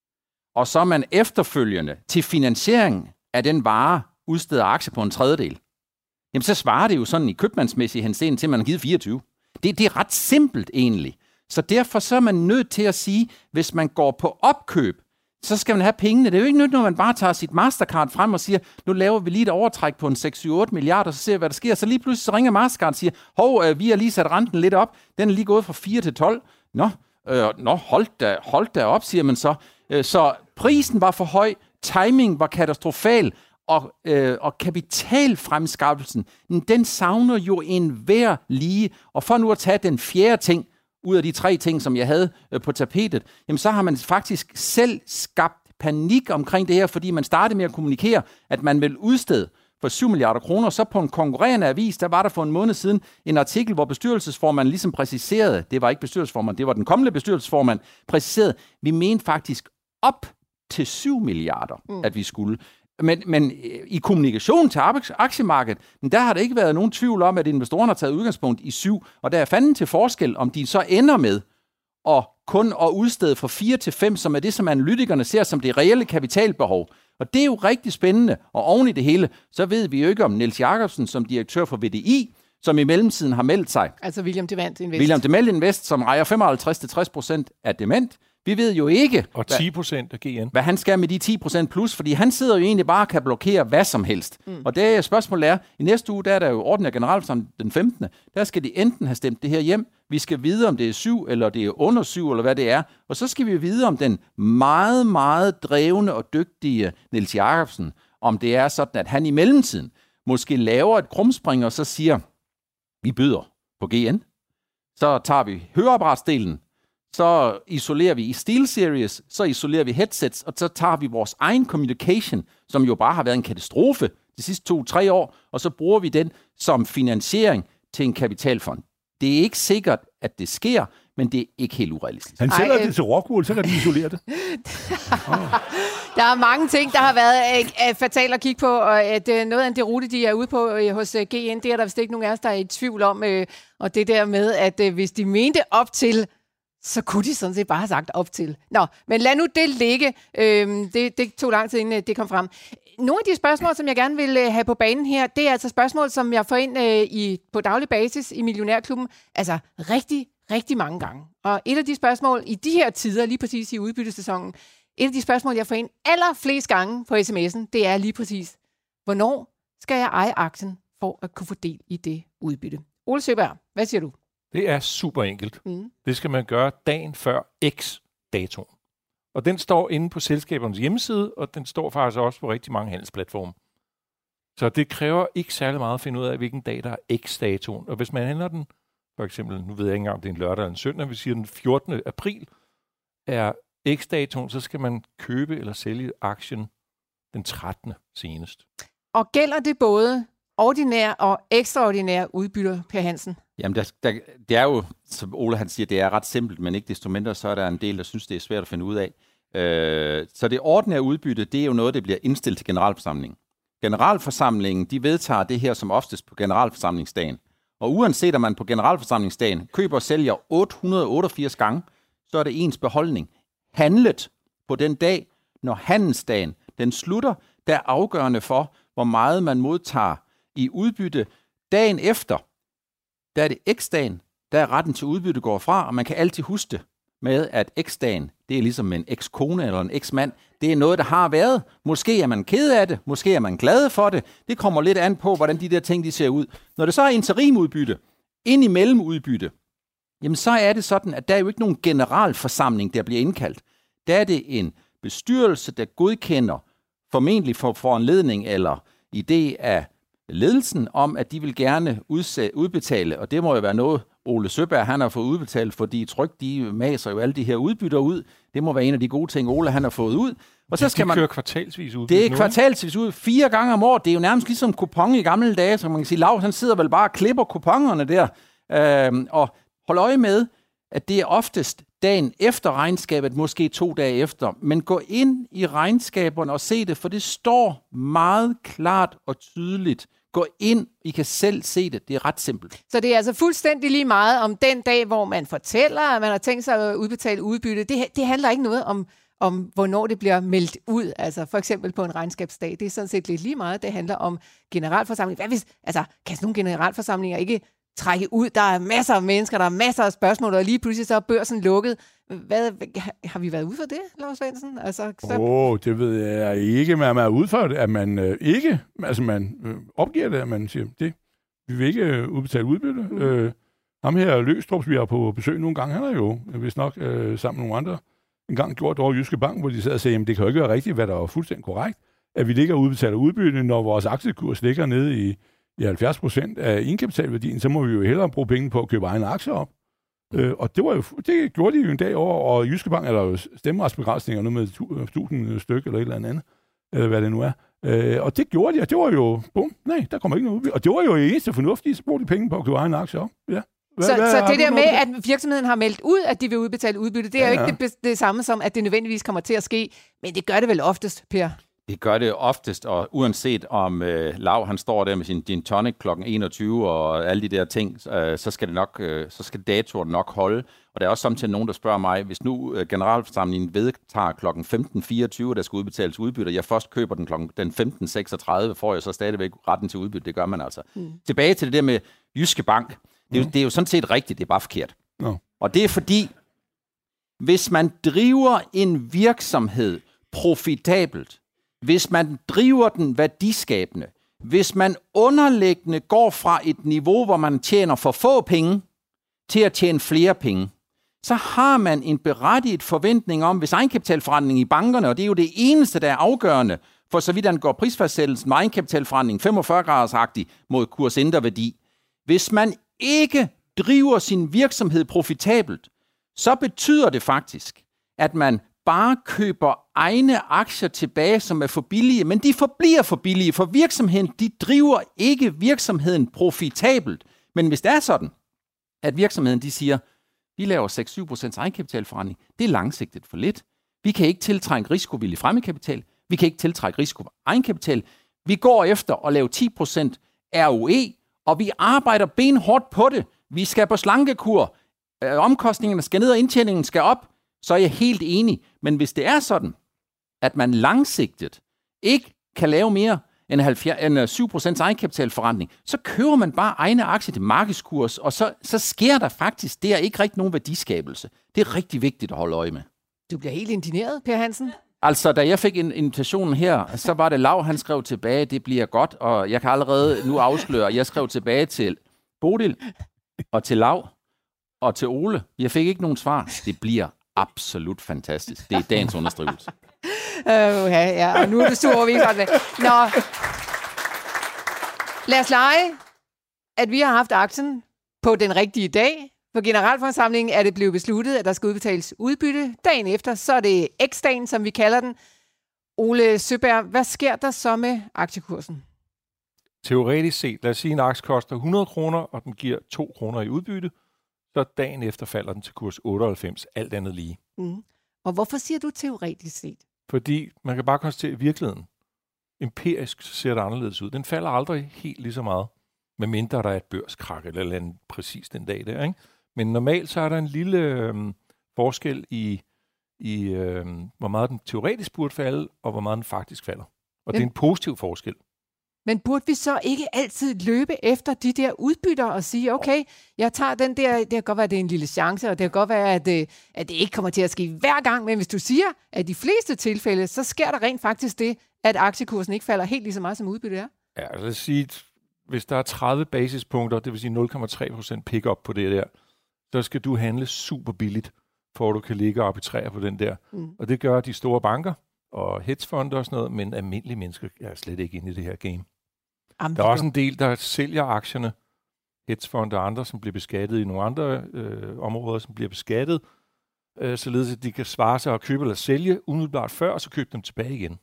og så man efterfølgende til finansiering af den vare udsteder aktier på en tredjedel, jamen så svarer det jo sådan i købmandsmæssig henseende til, at man har givet fireogtyve. Det, det er ret simpelt egentlig. Så derfor så er man nødt til at sige, hvis man går på opkøb, så skal man have pengene. Det er jo ikke nyt, når man bare tager sit Mastercard frem og siger, nu laver vi lige et overtræk på en seks syv otte milliarder, så ser vi, hvad der sker. Så lige pludselig så ringer Mastercard og siger, hov, øh, vi har lige sat renten lidt op. Den er lige gået fra fire til tolv. Nå, øh, nå hold, da, hold da op, siger man så. Øh, så prisen var for høj, timing var katastrofal, og, øh, og kapitalfremskaffelsen, den savner jo en hver lige. Og for nu at tage den fjerde ting, ud af de tre ting, som jeg havde øh, på tapetet, jamen så har man faktisk selv skabt panik omkring det her, fordi man startede med at kommunikere, at man vil udstede for syv milliarder kroner. Så på en konkurrerende avis, der var der for en måned siden en artikel, hvor bestyrelsesformanden ligesom præciserede, det var ikke bestyrelsesformanden, det var den kommende bestyrelsesformand, præciserede, vi mente faktisk op til syv milliarder, mm. at vi skulle. Men, men i kommunikation til aktiemarkedet, der har der ikke været nogen tvivl om, at investorerne har taget udgangspunkt i syv, og der er fanden til forskel, om de så ender med at kun at udstede fra fire til fem, som er det, som analytikerne ser som det reelle kapitalbehov. Og det er jo rigtig spændende, og oven i det hele, så ved vi jo ikke om Niels Jacobsen som direktør for V D I, som i mellemtiden har meldt sig. Altså William Demant Invest. William Demant Invest, som ejer femoghalvtreds til tres procent af Demant. Vi ved jo ikke, og ti procent af G N. Hvad han skal med de ti procent plus, fordi han sidder jo egentlig bare og kan blokere hvad som helst. Mm. Og det spørgsmålet er, i næste uge, der er der jo ordentlig generalforsamling den femtende Der skal de enten have stemt det her hjem, vi skal vide, om det er syv, eller det er under syv, eller hvad det er. Og så skal vi vide, om den meget, meget drevne og dygtige Niels Jacobsen, om det er sådan, at han i mellemtiden måske laver et krumspring, og så siger, vi byder på G N. Så tager vi høreapparatsdelen, så isolerer vi i SteelSeries, så isolerer vi headsets, og så tager vi vores egen communication, som jo bare har været en katastrofe de sidste to-tre år, og så bruger vi den som finansiering til en kapitalfond. Det er ikke sikkert, at det sker, men det er ikke helt urealistisk. Han sælger Ej, det til Rockwool, så kan de isolere det. oh. Der er mange ting, der har været uh, fatalt at kigge på, og at uh, noget af det rute, de er ude på uh, hos uh, G N, det er der vist ikke nogen af os, der er i tvivl om, uh, og det der med, at uh, hvis de mente op til, så kunne de sådan set bare have sagt op til. Nå, men lad nu det ligge. Øhm, det, det tog lang tid, inden det kom frem. Nogle af de spørgsmål, som jeg gerne vil øh, have på banen her, det er altså spørgsmål, som jeg får ind øh, i, på daglig basis i Millionærklubben, altså rigtig, rigtig mange gange. Og et af de spørgsmål i de her tider, lige præcis i udbyttesæsonen, et af de spørgsmål, jeg får ind allerflest gange på sms'en, det er lige præcis, hvornår skal jeg eje aktien for at kunne få del i det udbytte? Ole Søberg, hvad siger du? Det er super enkelt. Mm. Det skal man gøre dagen før X-datoen. Og den står inde på selskabernes hjemmeside, og den står faktisk også på rigtig mange handelsplatforme. Så det kræver ikke særlig meget at finde ud af, hvilken dag der er X-datoen. Og hvis man handler den, for eksempel, nu ved jeg ikke engang, om det er en lørdag eller en søndag, vi siger den fjortende april er X-datoen, så skal man købe eller sælge aktien den trettende senest. Og gælder det både ordinære og ekstraordinære udbytter, Per Hansen? Jamen, der, der, det er jo, som Ole han siger, det er ret simpelt, men ikke desto mindre, så er der en del, der synes, det er svært at finde ud af. Øh, så det ordinære udbytte, det er jo noget, der bliver indstillet til generalforsamlingen. Generalforsamlingen, de vedtager det her som oftest på generalforsamlingsdagen. Og uanset om man på generalforsamlingsdagen køber og sælger otte hundrede otteogfirs gange, så er det ens beholdning. Handlet på den dag, når handelsdagen den slutter, der er afgørende for, hvor meget man modtager i udbytte. Dagen efter, der er det X-dagen, der er retten til udbytte går fra, og man kan altid huske det med, at X-dagen, det er ligesom en X-kone eller en X-mand. Det er noget, der har været. Måske er man ked af det, måske er man glad for det. Det kommer lidt an på, hvordan de der ting de ser ud. Når det så er interimudbytte, ind i mellemudbytte, jamen så er det sådan, at der er jo ikke nogen generalforsamling, der bliver indkaldt. Der er det en bestyrelse, der godkender formentlig for foranledning eller idé af ledelsen om, at de vil gerne udse, udbetale, og det må jo være noget, Ole Søberg han har fået udbetalt, fordi Tryg, de maser jo alle de her udbytter ud. Det må være en af de gode ting, Ole han har fået ud. Og så skal de man kører kvartalsvis udbytte. Det er kvartalsvis ud, fire gange om året. Det er jo nærmest ligesom kupon i gamle dage, så man kan sige, Lav, han sidder vel bare og klipper kuponerne der. Øhm, og hold øje med, at det er oftest dagen efter regnskabet, måske to dage efter. Men gå ind i regnskaberne og se det, for det står meget klart og tydeligt. Gå ind, I kan selv se det. Det er ret simpelt. Så det er altså fuldstændig lige meget om den dag, hvor man fortæller, at man har tænkt sig at udbetale udbytte. Det, det handler ikke noget om, om, hvornår det bliver meldt ud. Altså for eksempel på en regnskabsdag. Det er sådan set lidt lige meget. Det handler om generalforsamling. Hvad hvis, altså, kan sådan nogle generalforsamlinger ikke trække ud? Der er masser af mennesker, der er masser af spørgsmål, og lige pludselig så er børsen lukket. Hvad, har vi været ude for det, Lars Svendsen? Altså, så... Åh, oh, det ved jeg ikke, men man er ude for det, at man øh, ikke, altså man øh, opgiver det, at man siger, det, vi vil ikke øh, udbetale udbytte. Mm. Øh, ham her Løstrup, vi har på besøg nogle gange, han er jo, hvis nok, øh, sammen med nogle andre, en gang gjort over Jyske Bank, hvor de sad og sagde, jamen det kan jo ikke være rigtigt, hvad der er fuldstændig korrekt, at vi ligger og udbetaler udbytte, når vores aktiekurs ligger nede i, i halvfjerds procent af indkapitalværdien, så må vi jo hellere bruge penge på at købe egne aktier op. Øh, og det var jo, det gjorde de jo en dag over, og Jyske Bank er der jo stemmeretsbegrænsninger, nu med tusind stykker eller et eller andet, eller hvad det nu er. Øh, og det gjorde de, og det var jo, bum, nej, der kommer ikke noget udbytte. Og det var jo eneste fornuftige, så brugte de penge på at købe egne aktier op. Ja. Hvad, så hvad, så det der med, det? at virksomheden har meldt ud, at de vil udbetale udbytte, det er ja, jo ikke ja. det, det samme som, at det nødvendigvis kommer til at ske, men det gør det vel oftest, Per? Det gør det oftest, og uanset om øh, Lav han står der med sin gin tonic klokken enogtyve og alle de der ting, øh, så skal det nok, øh, så skal datoren nok holde. Og der er også samtidig nogen, der spørger mig, hvis nu øh, generalforsamlingen vedtager klokken femten fireogtyve, der skal udbetales udbytte, jeg først køber den klokken den femten seksogtredive, får jeg så stadigvæk retten til udbytte. Det gør man altså. Mm. Tilbage til det der med Jyske Bank. Det er, mm. det er jo sådan set rigtigt, det er bare forkert. No. Og det er fordi, hvis man driver en virksomhed profitabelt, hvis man driver den værdiskabende, hvis man underliggende går fra et niveau, hvor man tjener for få penge, til at tjene flere penge, så har man en berettiget forventning om, hvis egenkapitalforretning i bankerne, og det er jo det eneste, der er afgørende, for så vidt angår prisfastsættelsen med egenkapitalforretning femogfyrre gradersagtig mod kursinterværdi. Hvis man ikke driver sin virksomhed profitabelt, så betyder det faktisk, at man bare køber egne aktier tilbage, som er for billige, men de forbliver for billige, for virksomheden, de driver ikke virksomheden profitabelt. Men hvis det er sådan, at virksomheden, de siger, vi laver seks til syv procent egenkapitalforretning, det er langsigtet for lidt. Vi kan ikke tiltrække risikovillig fremmedkapital, vi kan ikke tiltrække risiko egenkapital. Vi går efter at lave ti procent R O E, og vi arbejder benhårdt på det. Vi skal på slankekur, omkostningerne skal ned, og indtjeningen skal op. Så er jeg helt enig. Men hvis det er sådan, at man langsigtet ikke kan lave mere end syv procent egenkapitalforretning, så køber man bare egne aktier til markedskurs, og så, så sker der faktisk der ikke rigtig nogen værdiskabelse. Det er rigtig vigtigt at holde øje med. Du bliver helt indigneret, Per Hansen. Altså, da jeg fik en invitationen her, så var det Lav, han skrev tilbage, det bliver godt, og jeg kan allerede nu afsløre, jeg skrev tilbage til Bodil, og til Lav, og til Ole. Jeg fik ikke nogen svar. Det bliver absolut fantastisk. Det er dagens understrivelse. Uh, ja, ja, og nu er du sur overvist. Nå. Lad os lege, at vi har haft aktien på den rigtige dag. For generalforsamlingen er det blevet besluttet, at der skal udbetales udbytte. Dagen efter, så er det X-dagen, som vi kalder den. Ole Søberg, hvad sker der så med aktiekursen? Teoretisk set, lad os sige, at en aktie koster hundrede kroner, og den giver to kroner i udbytte. Så dagen efter falder den til kurs otteoghalvfems, alt andet lige. Mm. Og hvorfor siger du teoretisk set? Fordi man kan bare konstatere, at virkeligheden, empirisk ser det anderledes ud. Den falder aldrig helt lige så meget, medmindre der er et børskrak eller eller andet præcis den dag der, ikke? Men normalt så er der en lille øh, forskel i, i øh, hvor meget den teoretisk burde falde, og hvor meget den faktisk falder. Og men, det er en positiv forskel. Men burde vi så ikke altid løbe efter de der udbytter og sige, okay, jeg tager den der, det kan godt være, at det er en lille chance, og det kan godt være, at det, at det ikke kommer til at ske hver gang, men hvis du siger, at i de fleste tilfælde, så sker der rent faktisk det, at aktiekursen ikke falder helt lige så meget, som udbyttet er. Ja, lad os sige, hvis der er tredive basispunkter, det vil sige nul komma tre procent pick-up på det der, så skal du handle super billigt, for at du kan ligge og arbitrere på den der. Mm. Og det gør de store banker og hedgefonde og sådan noget, men almindelige mennesker er slet ikke inde i det her game. Jamen, der er også en del, der sælger aktierne, hedgefonde og andre, som bliver beskattet i nogle andre øh, områder, som bliver beskattet, øh, således at de kan svare sig og købe eller sælge umiddelbart før, og så købe dem tilbage igen.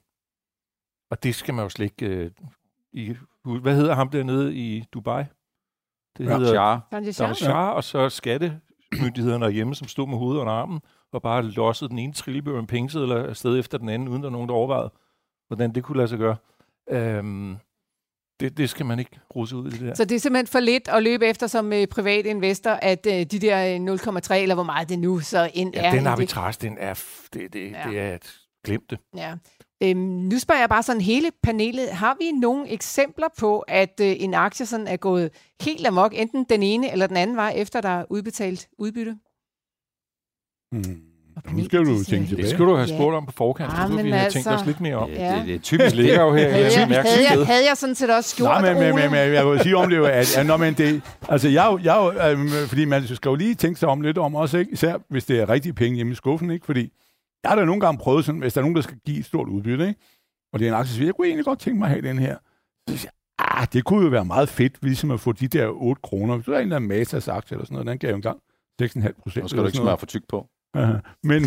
Og det skal man jo slet ikke... Øh, i, hvad hedder ham dernede i Dubai? Det ja, hedder Sanjay Shah, og så skattemyndighederne hjemme, som stod med hovedet under armen, og bare lossede den ene trillebør med pengesedler afsted efter den anden, uden der nogen, der overvejede, hvordan det kunne lade sig gøre. Øhm, det, det skal man ikke ruse ud i det der. Så det er simpelthen for lidt at løbe efter som uh, privat investor, at uh, de der nul komma tre, eller hvor meget det nu så end ja, er. Den arbitrage, den er, det, det, ja. det er et glemt det. Ja. Øhm, nu spørger jeg bare sådan hele panelet. Har vi nogle eksempler på, at øh, en aktie sådan er gået helt amok, enten den ene eller den anden vej, efter der er udbetalt udbytte? Hmm. Nu skal du tænke tilbage. Det skulle du have spurgt ja. om på forkant. Ja, det skulle vi have altså, tænkt os lidt mere om. Ja. Det, det, det er typisk ligger jo her. Havde, jeg, havde, jeg, havde jeg sådan set også gjort, Nej, men, men, men, men jeg vil sige om det jo, at, at når man det, altså jeg, jeg øh, fordi man skal jo lige tænke sig om lidt om også, ikke? Især hvis det er rigtige penge hjemme i skuffen, ikke? Fordi jeg har da nogle gange prøvet sådan, hvis der er nogen, der skal give et stort udbytte, ikke? Og det er en aktie, så jeg kunne egentlig godt tænke mig at have den her. Så siger jeg, ah, det kunne jo være meget fedt, ligesom at få de der otte kroner. Hvis du er en eller anden Matas aktie eller sådan noget, den gav jo engang seks komma fem procent. Nu skal du ikke smøre for tyk på. Uh-huh. Men,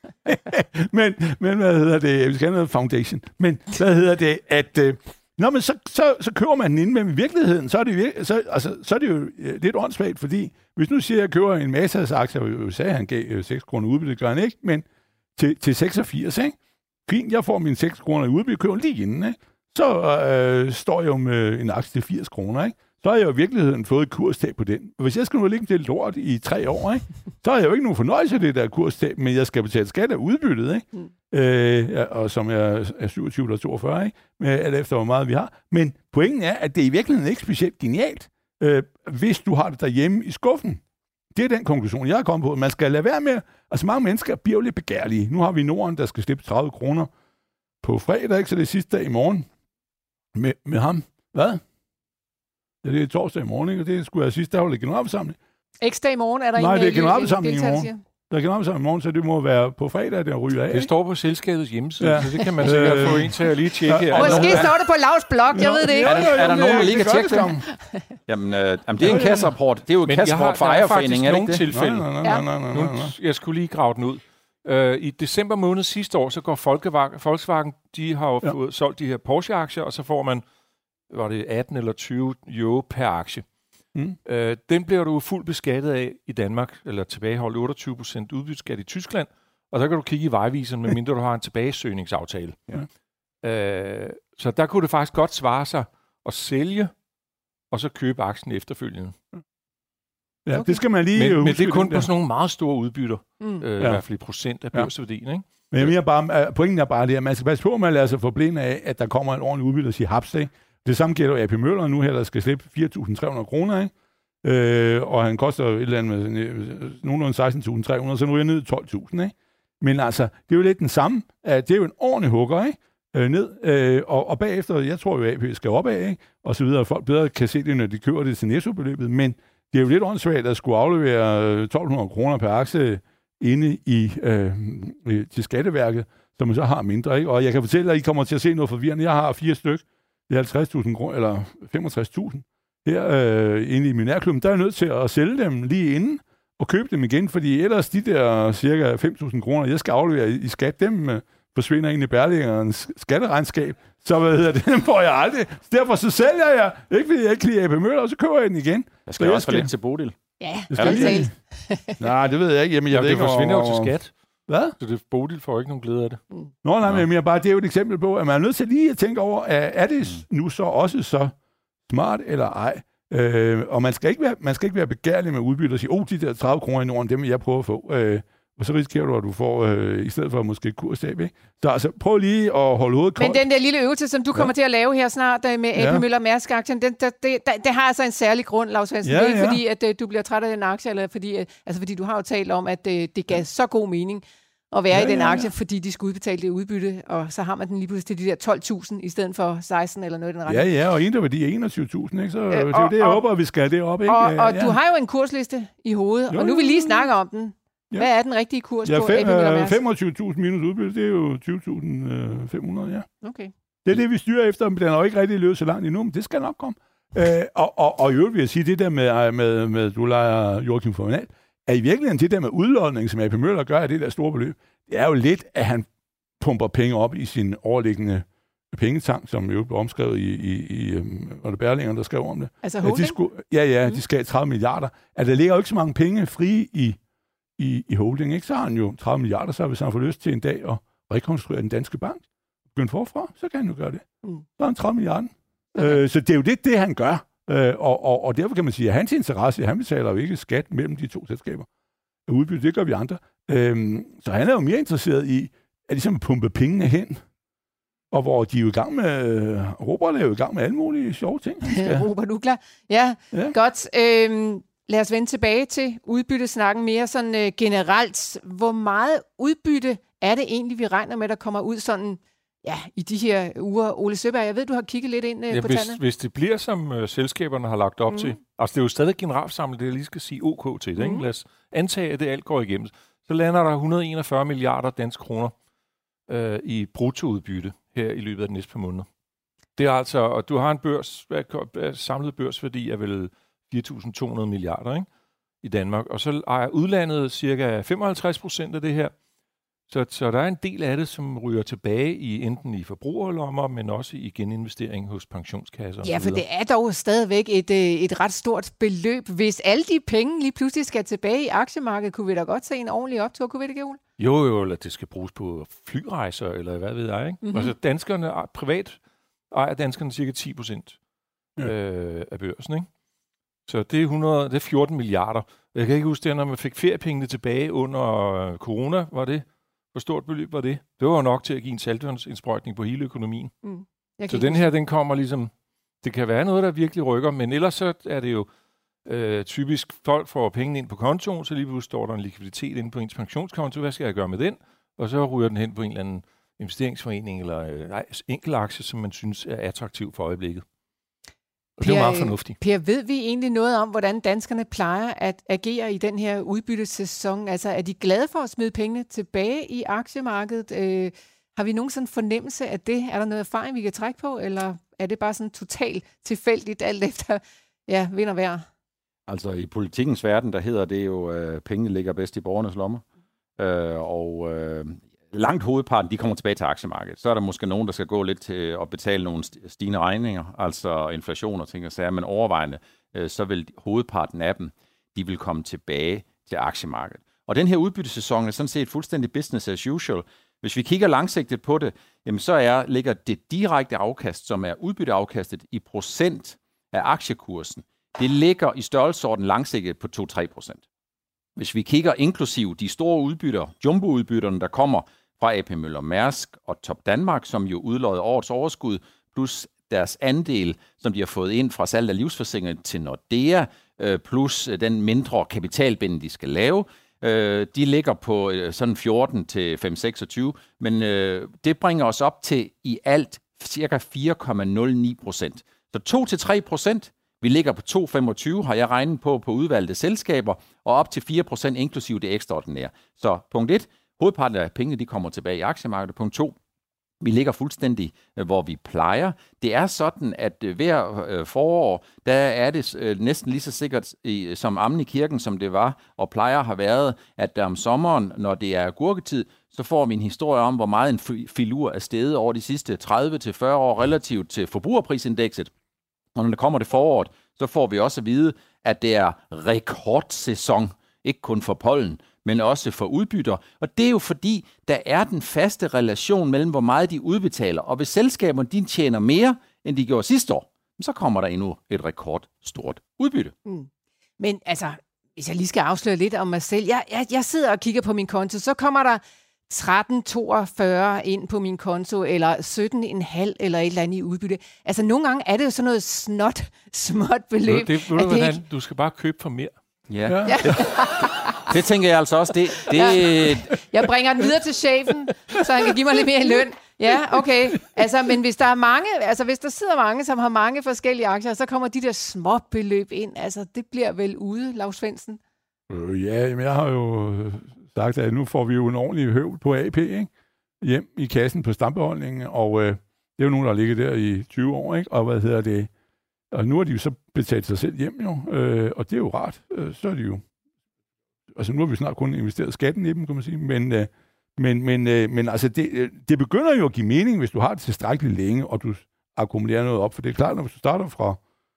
men, men, hvad hedder det? Vi skal have noget foundation. Men, hvad hedder det? At, øh, nå, men så, så, så køber man den inde, men i virkeligheden, så er det jo, så, altså, så er det jo lidt åndssvagt, fordi hvis nu siger, at jeg køber en Matas aktie, og U S A, han gav seks kroner udbytte, det gør han ikke, men til, til seksogfirs, ikke? Fint, jeg får mine seks kroner i udbytte, køber lige inden, ikke? Så øh, står jeg jo med en aktie til firs kroner, ikke? Så har jeg jo i virkeligheden fået et kurstab på den. Og hvis jeg skal nu ligge til lort i tre år, ikke? Så har jeg jo ikke nogen fornøjelse af det der kurstab, men jeg skal betale skat af udbyttet, ikke? Mm. Øh, og som er, er syvogtyve eller toogfyrre, ikke? Med alt efter, hvor meget vi har. Men pointen er, at det i virkeligheden ikke er specielt genialt, øh, hvis du har det derhjemme i skuffen. Det er den konklusion, jeg er kommet på. Man skal lade være med, altså mange mennesker bliver jo lidt begærlige. Nu har vi Norden, der skal slippe tredive kroner på fredag, ikke? Så det er sidste dag i morgen med, med ham. Hvad? Ja, det er torsdag i morgen, ikke? Og det skulle jeg sidste dag holde generalforsamling. X-dag i morgen er der Nej, en... Nej, det er generalforsamling i morgen. Der er generalforsamling i morgen, så det må være på fredag, der ryger af. Det står på selskabets hjemmeside, ja. Så det kan man sikkert få en til at lige tjekke. Ja. Måske nogen, står det på Lavs blog, jeg ved det ikke. Er der, er der nogen, der lige kan tjekke det? Jamen, øh, jamen, det er en kasserapport. Det er jo en kasserapport for ejerforeningen, er det ikke det? Tilfælde. Nej, nej, nej, nej, nej, nej, nej. Jeg skulle lige grave den ud. Uh, I december måned sidste år, så går Volkswagen, de har jo ja. fået solgt de her Porsche-aktier, og så får man, var det atten eller tyve euro per aktie. Mm. Uh, den bliver du fuldt beskattet af i Danmark, eller tilbageholdt otteogtyve procent udbytteskat i Tyskland, og der kan du kigge i vejviseren, medmindre du har en tilbagesøgningsaftale. Ja. Uh, så der kunne det faktisk godt svare sig at sælge, og så købe aktien efterfølgende. Ja, okay. Det skal man lige men, huske. Men det er kun på sådan nogle meget store udbytter, mm. øh, ja. i hvert fald i procent af børsværdien, ikke? Men jeg mener bare, pointen er bare det, at man skal passe på, at man lader sig forblinde af, at der kommer en ordentlig udbytte og siger haps, ikke? Det samme gælder A P Møller nu her, der skal slippe fire tusind tre hundrede kroner, ikke? Øh, og han koster et eller andet med nogenlunde seksten tusind tre hundrede, så nu er jeg ned i tolv tusind, ikke? Men altså, det er jo lidt den samme. Det er jo en ordentlig hugger, ikke? Øh, ned, øh, og, og bagefter, jeg tror jo, at A P skal opad, ikke? Og så videre. Folk bedre kan se det, når de køber det til nettobeløbet, men det er jo lidt åndssvagt at skulle aflevere tolv hundrede kroner per aktie inde i, øh, til Skatteværket, som man så har mindre, ikke? Og jeg kan fortælle, at I kommer til at se noget forvirrende. Jeg har fire stykker. det er halvtreds tusind kroner, eller femogtres tusind her øh, inde i millionærklubben, der er jeg nødt til at sælge dem lige inden, og købe dem igen, fordi ellers de der cirka fem tusind kroner, jeg skal aflevere i, i skat, dem øh, forsvinder ind i Berlingerens skatteregnskab, så hvad hedder det, dem får jeg aldrig. Derfor så sælger jeg, ikke fordi jeg ikke kan lide A P Møller, og så køber jeg den igen. Jeg skal så også få lidt til Bodil. Ja, det skal jeg Nej, det ved jeg ikke. Jamen, jeg ja, ved det ikke, forsvinder over... jo til skat. Hvad? Så det Bodil får ikke nogen glæde af det. Mm. Nå, nej, men jeg bare, det er jo et eksempel på, at man er nødt til lige at tænke over, er det nu så også så smart eller ej? Øh, og man skal, ikke være, man skal ikke være begærlig med udbytte og sige, åh, oh, de der tredive kroner i Norden, dem vil jeg prøve at få. Øh, og så risikerer du, at du får, øh, i stedet for måske et kurstab, ikke? Så altså, prøv lige at holde hovedet koldt. Men den der lille øvelse, som du kommer ja. til at lave her snart med A P ja. Møller Mærsk-aktien, det, det, det, det har altså en særlig grund, Lars Svendsen. Ja, det er ikke ja. fordi, at uh, du bliver træt af den aktie, eller fordi, uh, altså, fordi du har jo talt om, at uh, det gav så god mening at være ja, i den ja, ja. aktie, fordi de skulle udbetale det udbytte, og så har man den lige pludselig til de der tolv tusind, i stedet for seksten eller noget i den retning. Ja, ja, og en der værdi enogtyve tusind, ikke? Så øh, det er jo og, det, jeg og, håber, at vi skal have det op, ikke? Og, og ja. du har jo en kursliste i hovedet, jo, og nu vil vi lige snakke om den. Ja. Hvad er den rigtige kurs ja, på fem, A P Møller Mærsk? femogtyve tusind minus udbytte, det er jo tyve tusind fem hundrede, ja. Okay. Det er det, vi styrer efter, men den har jo ikke rigtig løbet så langt endnu, men det skal nok komme. Øh, og, og, og i øvrigt vil jeg sige, det der med, med, med du leger Joachim Formanal, er i virkeligheden det der med udlodning, som A P Møller gør af det der store beløb, det er jo lidt, at han pumper penge op i sin overliggende pengetank, som jo blev omskrevet i, i, i var det Berlinger, der skrev om det. Altså holding? De skulle, ja, ja, mm. de skal have tredive milliarder. At der ligger jo ikke så mange penge frie i, i, i holding, ikke? Så har han jo tredive milliarder, så hvis han får lyst til en dag at rekonstruere den danske bank, begynde forfra, så kan han jo gøre det. Mm. Så har han tredive milliarder. Okay. Øh, så det er jo det, det han gør. Øh, og, og, og derfor kan man sige, at hans interesse, han betaler jo ikke skat mellem de to selskaber. Udbytte, det gør vi andre. Øh, så han er jo mere interesseret i, at ligesom pumpe pengene hen, og hvor de er jo i gang med, Robert er jo i gang med alle mulige sjove ting. Ja. Robert, du er klar? Ja, ja. Godt. Øhm, lad os vende tilbage til udbyttesnakken mere sådan øh, generelt. Hvor meget udbytte er det egentlig, vi regner med, der kommer ud sådan, ja, i de her uger? Ole Søberg, jeg ved, du har kigget lidt ind øh, ja, på hvis, tallene. Hvis det bliver, som øh, selskaberne har lagt op mm. til, altså det er jo stadig generalforsamling, det jeg lige skal sige OK til det, mm. ikke? Lad os antage, at det alt går igennem. Så lander der et hundrede og enogfyrre milliarder danske kroner øh, i bruttoudbytte her i løbet af de næste par måneder. Det er altså, og du har en børs, samlet børsværdi af vel fire tusind to hundrede milliarder, ikke? I Danmark, og så ejer udlandet cirka femoghalvtreds procent af det her. Så, så der er en del af det, som ryger tilbage i enten i forbrugerlommer, men også i geninvestering hos pensionskasser. Ja, for det er dog stadigvæk et, et ret stort beløb. Hvis alle de penge lige pludselig skal tilbage i aktiemarkedet, kunne vi da godt se en ordentlig optur, kunne vi det, Gule? Jo, jo, eller det skal bruges på flyrejser, eller hvad ved jeg, ikke? Mm-hmm. Altså danskerne, privat ejer danskerne cirka ti procent ja. øh, af børsen, ikke? Så det er, hundrede, det er fjorten milliarder. Jeg kan ikke huske det, når man fik feriepengene tilbage under corona, var det? Hvor stort beløb var det? Det var jo nok til at give en saltvandsindsprøjtning på hele økonomien. Mm. Så den her, den kommer ligesom... Det kan være noget, der virkelig rykker, men ellers så er det jo øh, typisk, folk får pengene ind på kontoen, så lige pludselig står der en likviditet inde på ens pensionskonto. Hvad skal jeg gøre med den? Og så ryger den hen på en eller anden investeringsforening eller øh, nej, enkel aktie, som man synes er attraktiv for øjeblikket. Og det er jo meget fornuftigt. Per, ved vi egentlig noget om, hvordan danskerne plejer at agere i den her udbyttesæson? Altså, er de glade for at smide pengene tilbage i aktiemarkedet? Øh, har vi nogen sådan fornemmelse af det? Er der noget erfaring, vi kan trække på? Eller er det bare sådan totalt tilfældigt, alt efter ja, vind og vejr? Altså, i politikens verden, der hedder det jo, at øh, pengene ligger bedst i borgernes lommer. Øh, og øh, langt hovedparten, de kommer tilbage til aktiemarkedet. Så er der måske nogen, der skal gå lidt til at betale nogle stigende regninger, altså inflation og ting og sager, men overvejende, øh, så vil hovedparten af dem, de vil komme tilbage til aktiemarkedet. Og den her udbyttesæson er sådan set fuldstændig business as usual. Hvis vi kigger langsigtet på det, jamen så er, ligger det direkte afkast, som er udbytteafkastet i procent af aktiekursen, det ligger i størrelsesorden langsigtet på to til tre procent. Hvis vi kigger inklusiv de store udbytter, jumbo-udbytterne, der kommer fra A P Møller Mærsk og Top Danmark, som jo udlodder årets overskud, plus deres andel, som de har fået ind fra salg af livsforsikring til Nordea, plus den mindre kapitalbinding, de skal lave, de ligger på sådan fjorten til fem komma seksogtyve, men det bringer os op til i alt cirka fire komma nul ni procent. Så to til tre procent, vi ligger på to komma femogtyve, har jeg regnet på på udvalgte selskaber, og op til fire procent inklusiv det ekstraordinære. Så punkt et, hovedparten af pengene de kommer tilbage i aktiemarkedet. Punkt to, Vi ligger fuldstændig, hvor vi plejer. Det er sådan, at hver forår, der er det næsten lige så sikkert som ammen i kirken, som det var, og plejer har været, at om sommeren, når det er agurketid, så får vi en historie om, hvor meget en filur er steget over de sidste tredive til fyrre år relativt til forbrugerprisindekset. Og når det kommer til foråret, så får vi også at vide, at det er rekordsæson, ikke kun for pollen, men også for udbytter. Og det er jo fordi, der er den faste relation mellem, hvor meget de udbetaler. Og hvis selskaberne de tjener mere, end de gjorde sidste år, så kommer der endnu et rekordstort udbytte. Mm. Men altså, hvis jeg lige skal afsløre lidt om mig selv. Jeg, jeg, jeg sidder og kigger på min konto, så kommer der tretten toogfyrre ind på min konto, eller sytten komma fem eller et eller andet i udbytte. Altså, nogle gange er det jo sådan noget snot, småt beløb. Det, det, det, ikke... Du skal bare købe for mere. Ja. ja. Det, det tænker jeg altså også. Det, det... Ja. Jeg bringer den videre til chefen, så han kan give mig lidt mere i løn. Ja, okay. Altså, men hvis der er mange, altså hvis der sidder mange, som har mange forskellige aktier, så kommer de der små beløb ind. Altså, det bliver vel ude, Lars Svendsen? Øh, ja, men jeg har jo sagt, at nu får vi jo en ordentlig høvl på A P, ikke? Hjem i kassen på stambeholdningen, og øh, det er jo nogen, der ligger der i tyve år, ikke? Og hvad hedder det? Og nu har de jo så betalt sig selv hjem, jo, øh, og det er jo rart. Øh, så er de jo... Altså, nu har vi snart kun investeret skatten i dem, kan man sige, men... Øh, Men, men, øh, men altså, det, det begynder jo at give mening, hvis du har det tilstrækkeligt længe, og du akkumulerer noget op. For det er klart, når du starter fra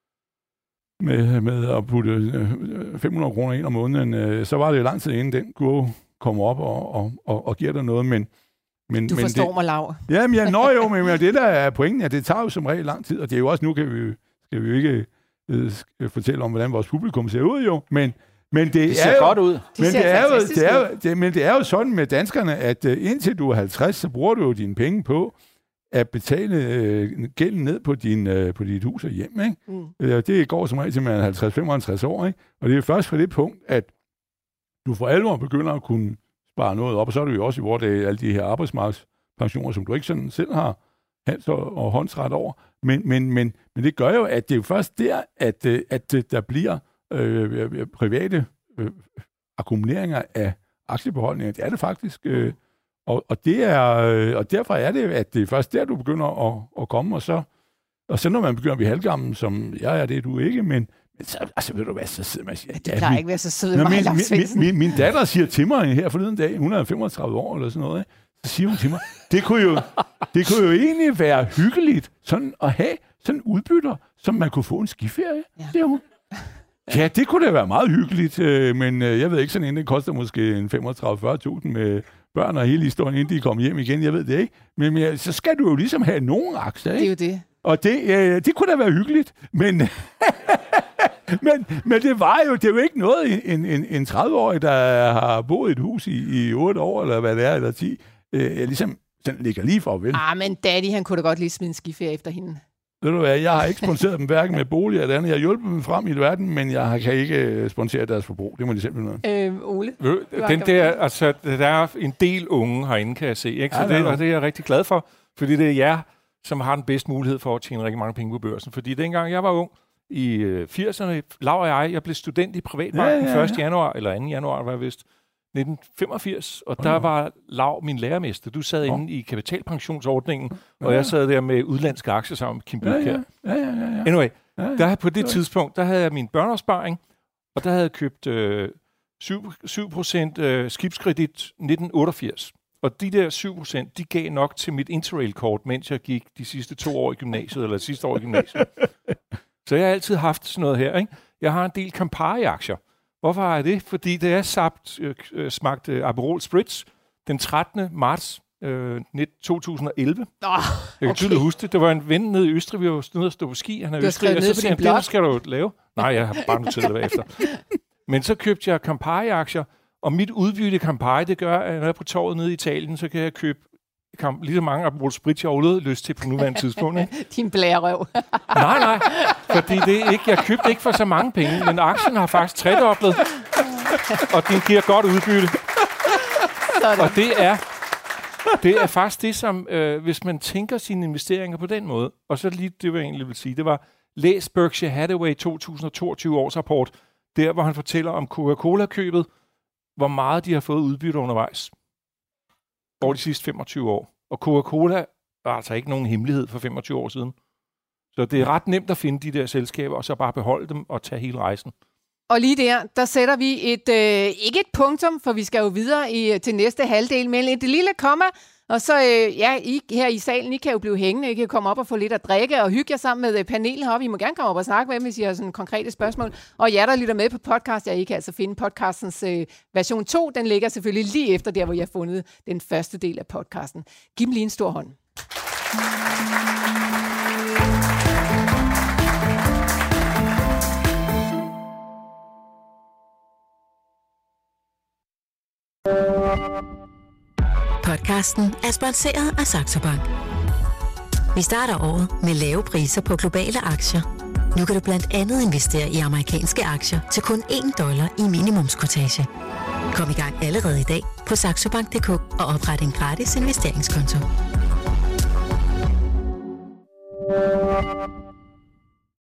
med, med at putte øh, fem hundrede kroner ind om måneden, øh, så var det jo lang tid inden den kurve kommer op og, og, og, og giver dig noget. Men, men, du men forstår det, mig, Lav. Ja, men jeg når jo, men det der er pointen, at det tager jo som regel lang tid, og det er jo også, nu kan vi, skal vi jo ikke øh, fortælle om, hvordan vores publikum ser ud jo, men Men det, det ser er jo, godt ud. Men det, er jo, det, er jo, det, men det er jo sådan med danskerne, at uh, indtil du er halvtreds, så bruger du jo dine penge på at betale uh, gælden ned på, din, uh, på dit hus og hjem. Ikke? Mm. Uh, det går som regel til man er halvtreds til femoghalvtreds år. Ikke? Og det er først fra det punkt, at du for alvor begynder at kunne spare noget op, og så er du jo også i hvor det er alle de her arbejdsmarkedspensioner, som du ikke sådan selv har hands og, og håndsret over. Men, men, men, men det gør jo, at det er jo først der, at, at, at der bliver Øh, private øh, akkumuleringer af aktiebeholdninger. Det er det faktisk. Øh, og, og, det er, øh, og derfor er det, at det er først der, du begynder at, at komme, og så, og så når man begynder at blive halvgammel, som jeg er det, du ikke, men, men så, altså ved du hvad, så sidder man og siger... Det plejer ikke være så sød mig, min, Lars min, min, min datter siger til mig her forleden dag, hun er femogtredive år eller sådan noget, ikke? Så siger hun til mig, det kunne jo, det kunne jo egentlig være hyggeligt sådan at have sådan udbytter, som man kunne få en skiferie, ja. Siger hun. Ja, det kunne da være meget hyggeligt, øh, men øh, jeg ved ikke, sådan en, det koster måske en femogtredive til fyrre tusind med børn og hele historien, inden de kommer hjem igen, jeg ved det ikke. Men ja, så skal du jo ligesom have nogen aktier, ikke? Det er jo det. Og det, øh, det kunne da være hyggeligt, men, men, men det var jo, det er jo ikke noget, en, en, en tredive-årig, der har boet i et hus i, i otte år, eller hvad det er, eller ti, øh, ligesom sådan ligger lige for, vel? Ah, men daddy, han kunne da godt lige smide en skiferie efter hende. Ved du hvad, jeg har ikke sponseret dem hverken med bolig eller andet. Jeg har hjulpet dem frem i verden, men jeg kan ikke sponsere deres forbrug. Det må de simpelthen noget. Øh, Ole? Den der, altså, der er en del unge herinde, kan jeg se. Ikke? Så ja, det, og det er jeg rigtig glad for, fordi det er jer, som har den bedste mulighed for at tjene rigtig mange penge på børsen. Fordi dengang jeg var ung, i firserne, Lav og jeg, jeg blev student i Privatbanken ja, ja, ja. første januar, eller anden januar, var jeg vist, nitten femogfirs, og der var Lav min lærermester. Du sad oh. inde i kapitalpensionsordningen, ja. og jeg sad der med udlandske aktier sammen med Kim Bødkjær. Ja, ja, ja, ja, ja. Anyway, ja, ja. Der, på det tidspunkt, der havde jeg min børneopsparing, og der havde jeg købt øh, syv procent øh, skibskredit nitten otteogfirs. Og de der syv procent, de gav nok til mit Interrail-kort, mens jeg gik de sidste to år i gymnasiet, eller sidste år i gymnasiet. Så jeg har altid haft sådan noget her, ikke? Jeg har en del Campari-aktier. Hvorfor har jeg det? Fordi det er sabt, øh, smagt øh, Aperol Spritz den trettende marts øh, to tusind og elleve. Oh, okay. Jeg kan tydeligt huske det. Det var en ven nede i Østrig, vi var nede og stå på ski. Han er i Østrig, og så siger han, det skal du lave. Nej, jeg har bare noteret det bagefter. Men så købte jeg Campari-aktier, og mit udbytte Campari, det gør, at når jeg er på torvet nede i Italien, så kan jeg købe lige så mange Aperol Spritz, jeg overhovedet lyst til på nuværende tidspunkt. Ikke? Din blærerøv. nej, nej, fordi det er ikke, jeg købte ikke for så mange penge, men aktien har faktisk tredoblet, og den giver godt udbytte. Sådan. Og det er, det er faktisk det, som, øh, hvis man tænker sine investeringer på den måde, og så lige det, jeg egentlig vil sige, det var, læs Berkshire Hathaway to tusind og toogtyve års rapport, der hvor han fortæller om Coca-Cola-købet, hvor meget de har fået udbytte undervejs over de sidste femogtyve år. Og Coca-Cola var altså ikke nogen hemmelighed for femogtyve år siden. Så det er ret nemt at finde de der selskaber, og så bare beholde dem og tage hele rejsen. Og lige der, der sætter vi et, øh, ikke et punktum, for vi skal jo videre i, til næste halvdel, men et lille komma. Og så, øh, ja, I her i salen, I kan jo blive hængende, I kan komme op og få lidt at drikke og hygge jer sammen med panelet heroppe. I må gerne komme op og snakke med dem, hvis I har sådan konkrete spørgsmål. Og jer, der lytter med på podcast, ja, I kan altså finde podcastens øh, version to. Den ligger selvfølgelig lige efter der, hvor jeg har fundet den første del af podcasten. Giv dem lige en stor hånd. Podcasten er sponsoreret af Saxo Bank. Vi starter året med lave priser på globale aktier. Nu kan du blandt andet investere i amerikanske aktier til kun én dollar i minimumskortage. Kom i gang allerede i dag på saxobank punktum d k og opret en gratis investeringskonto.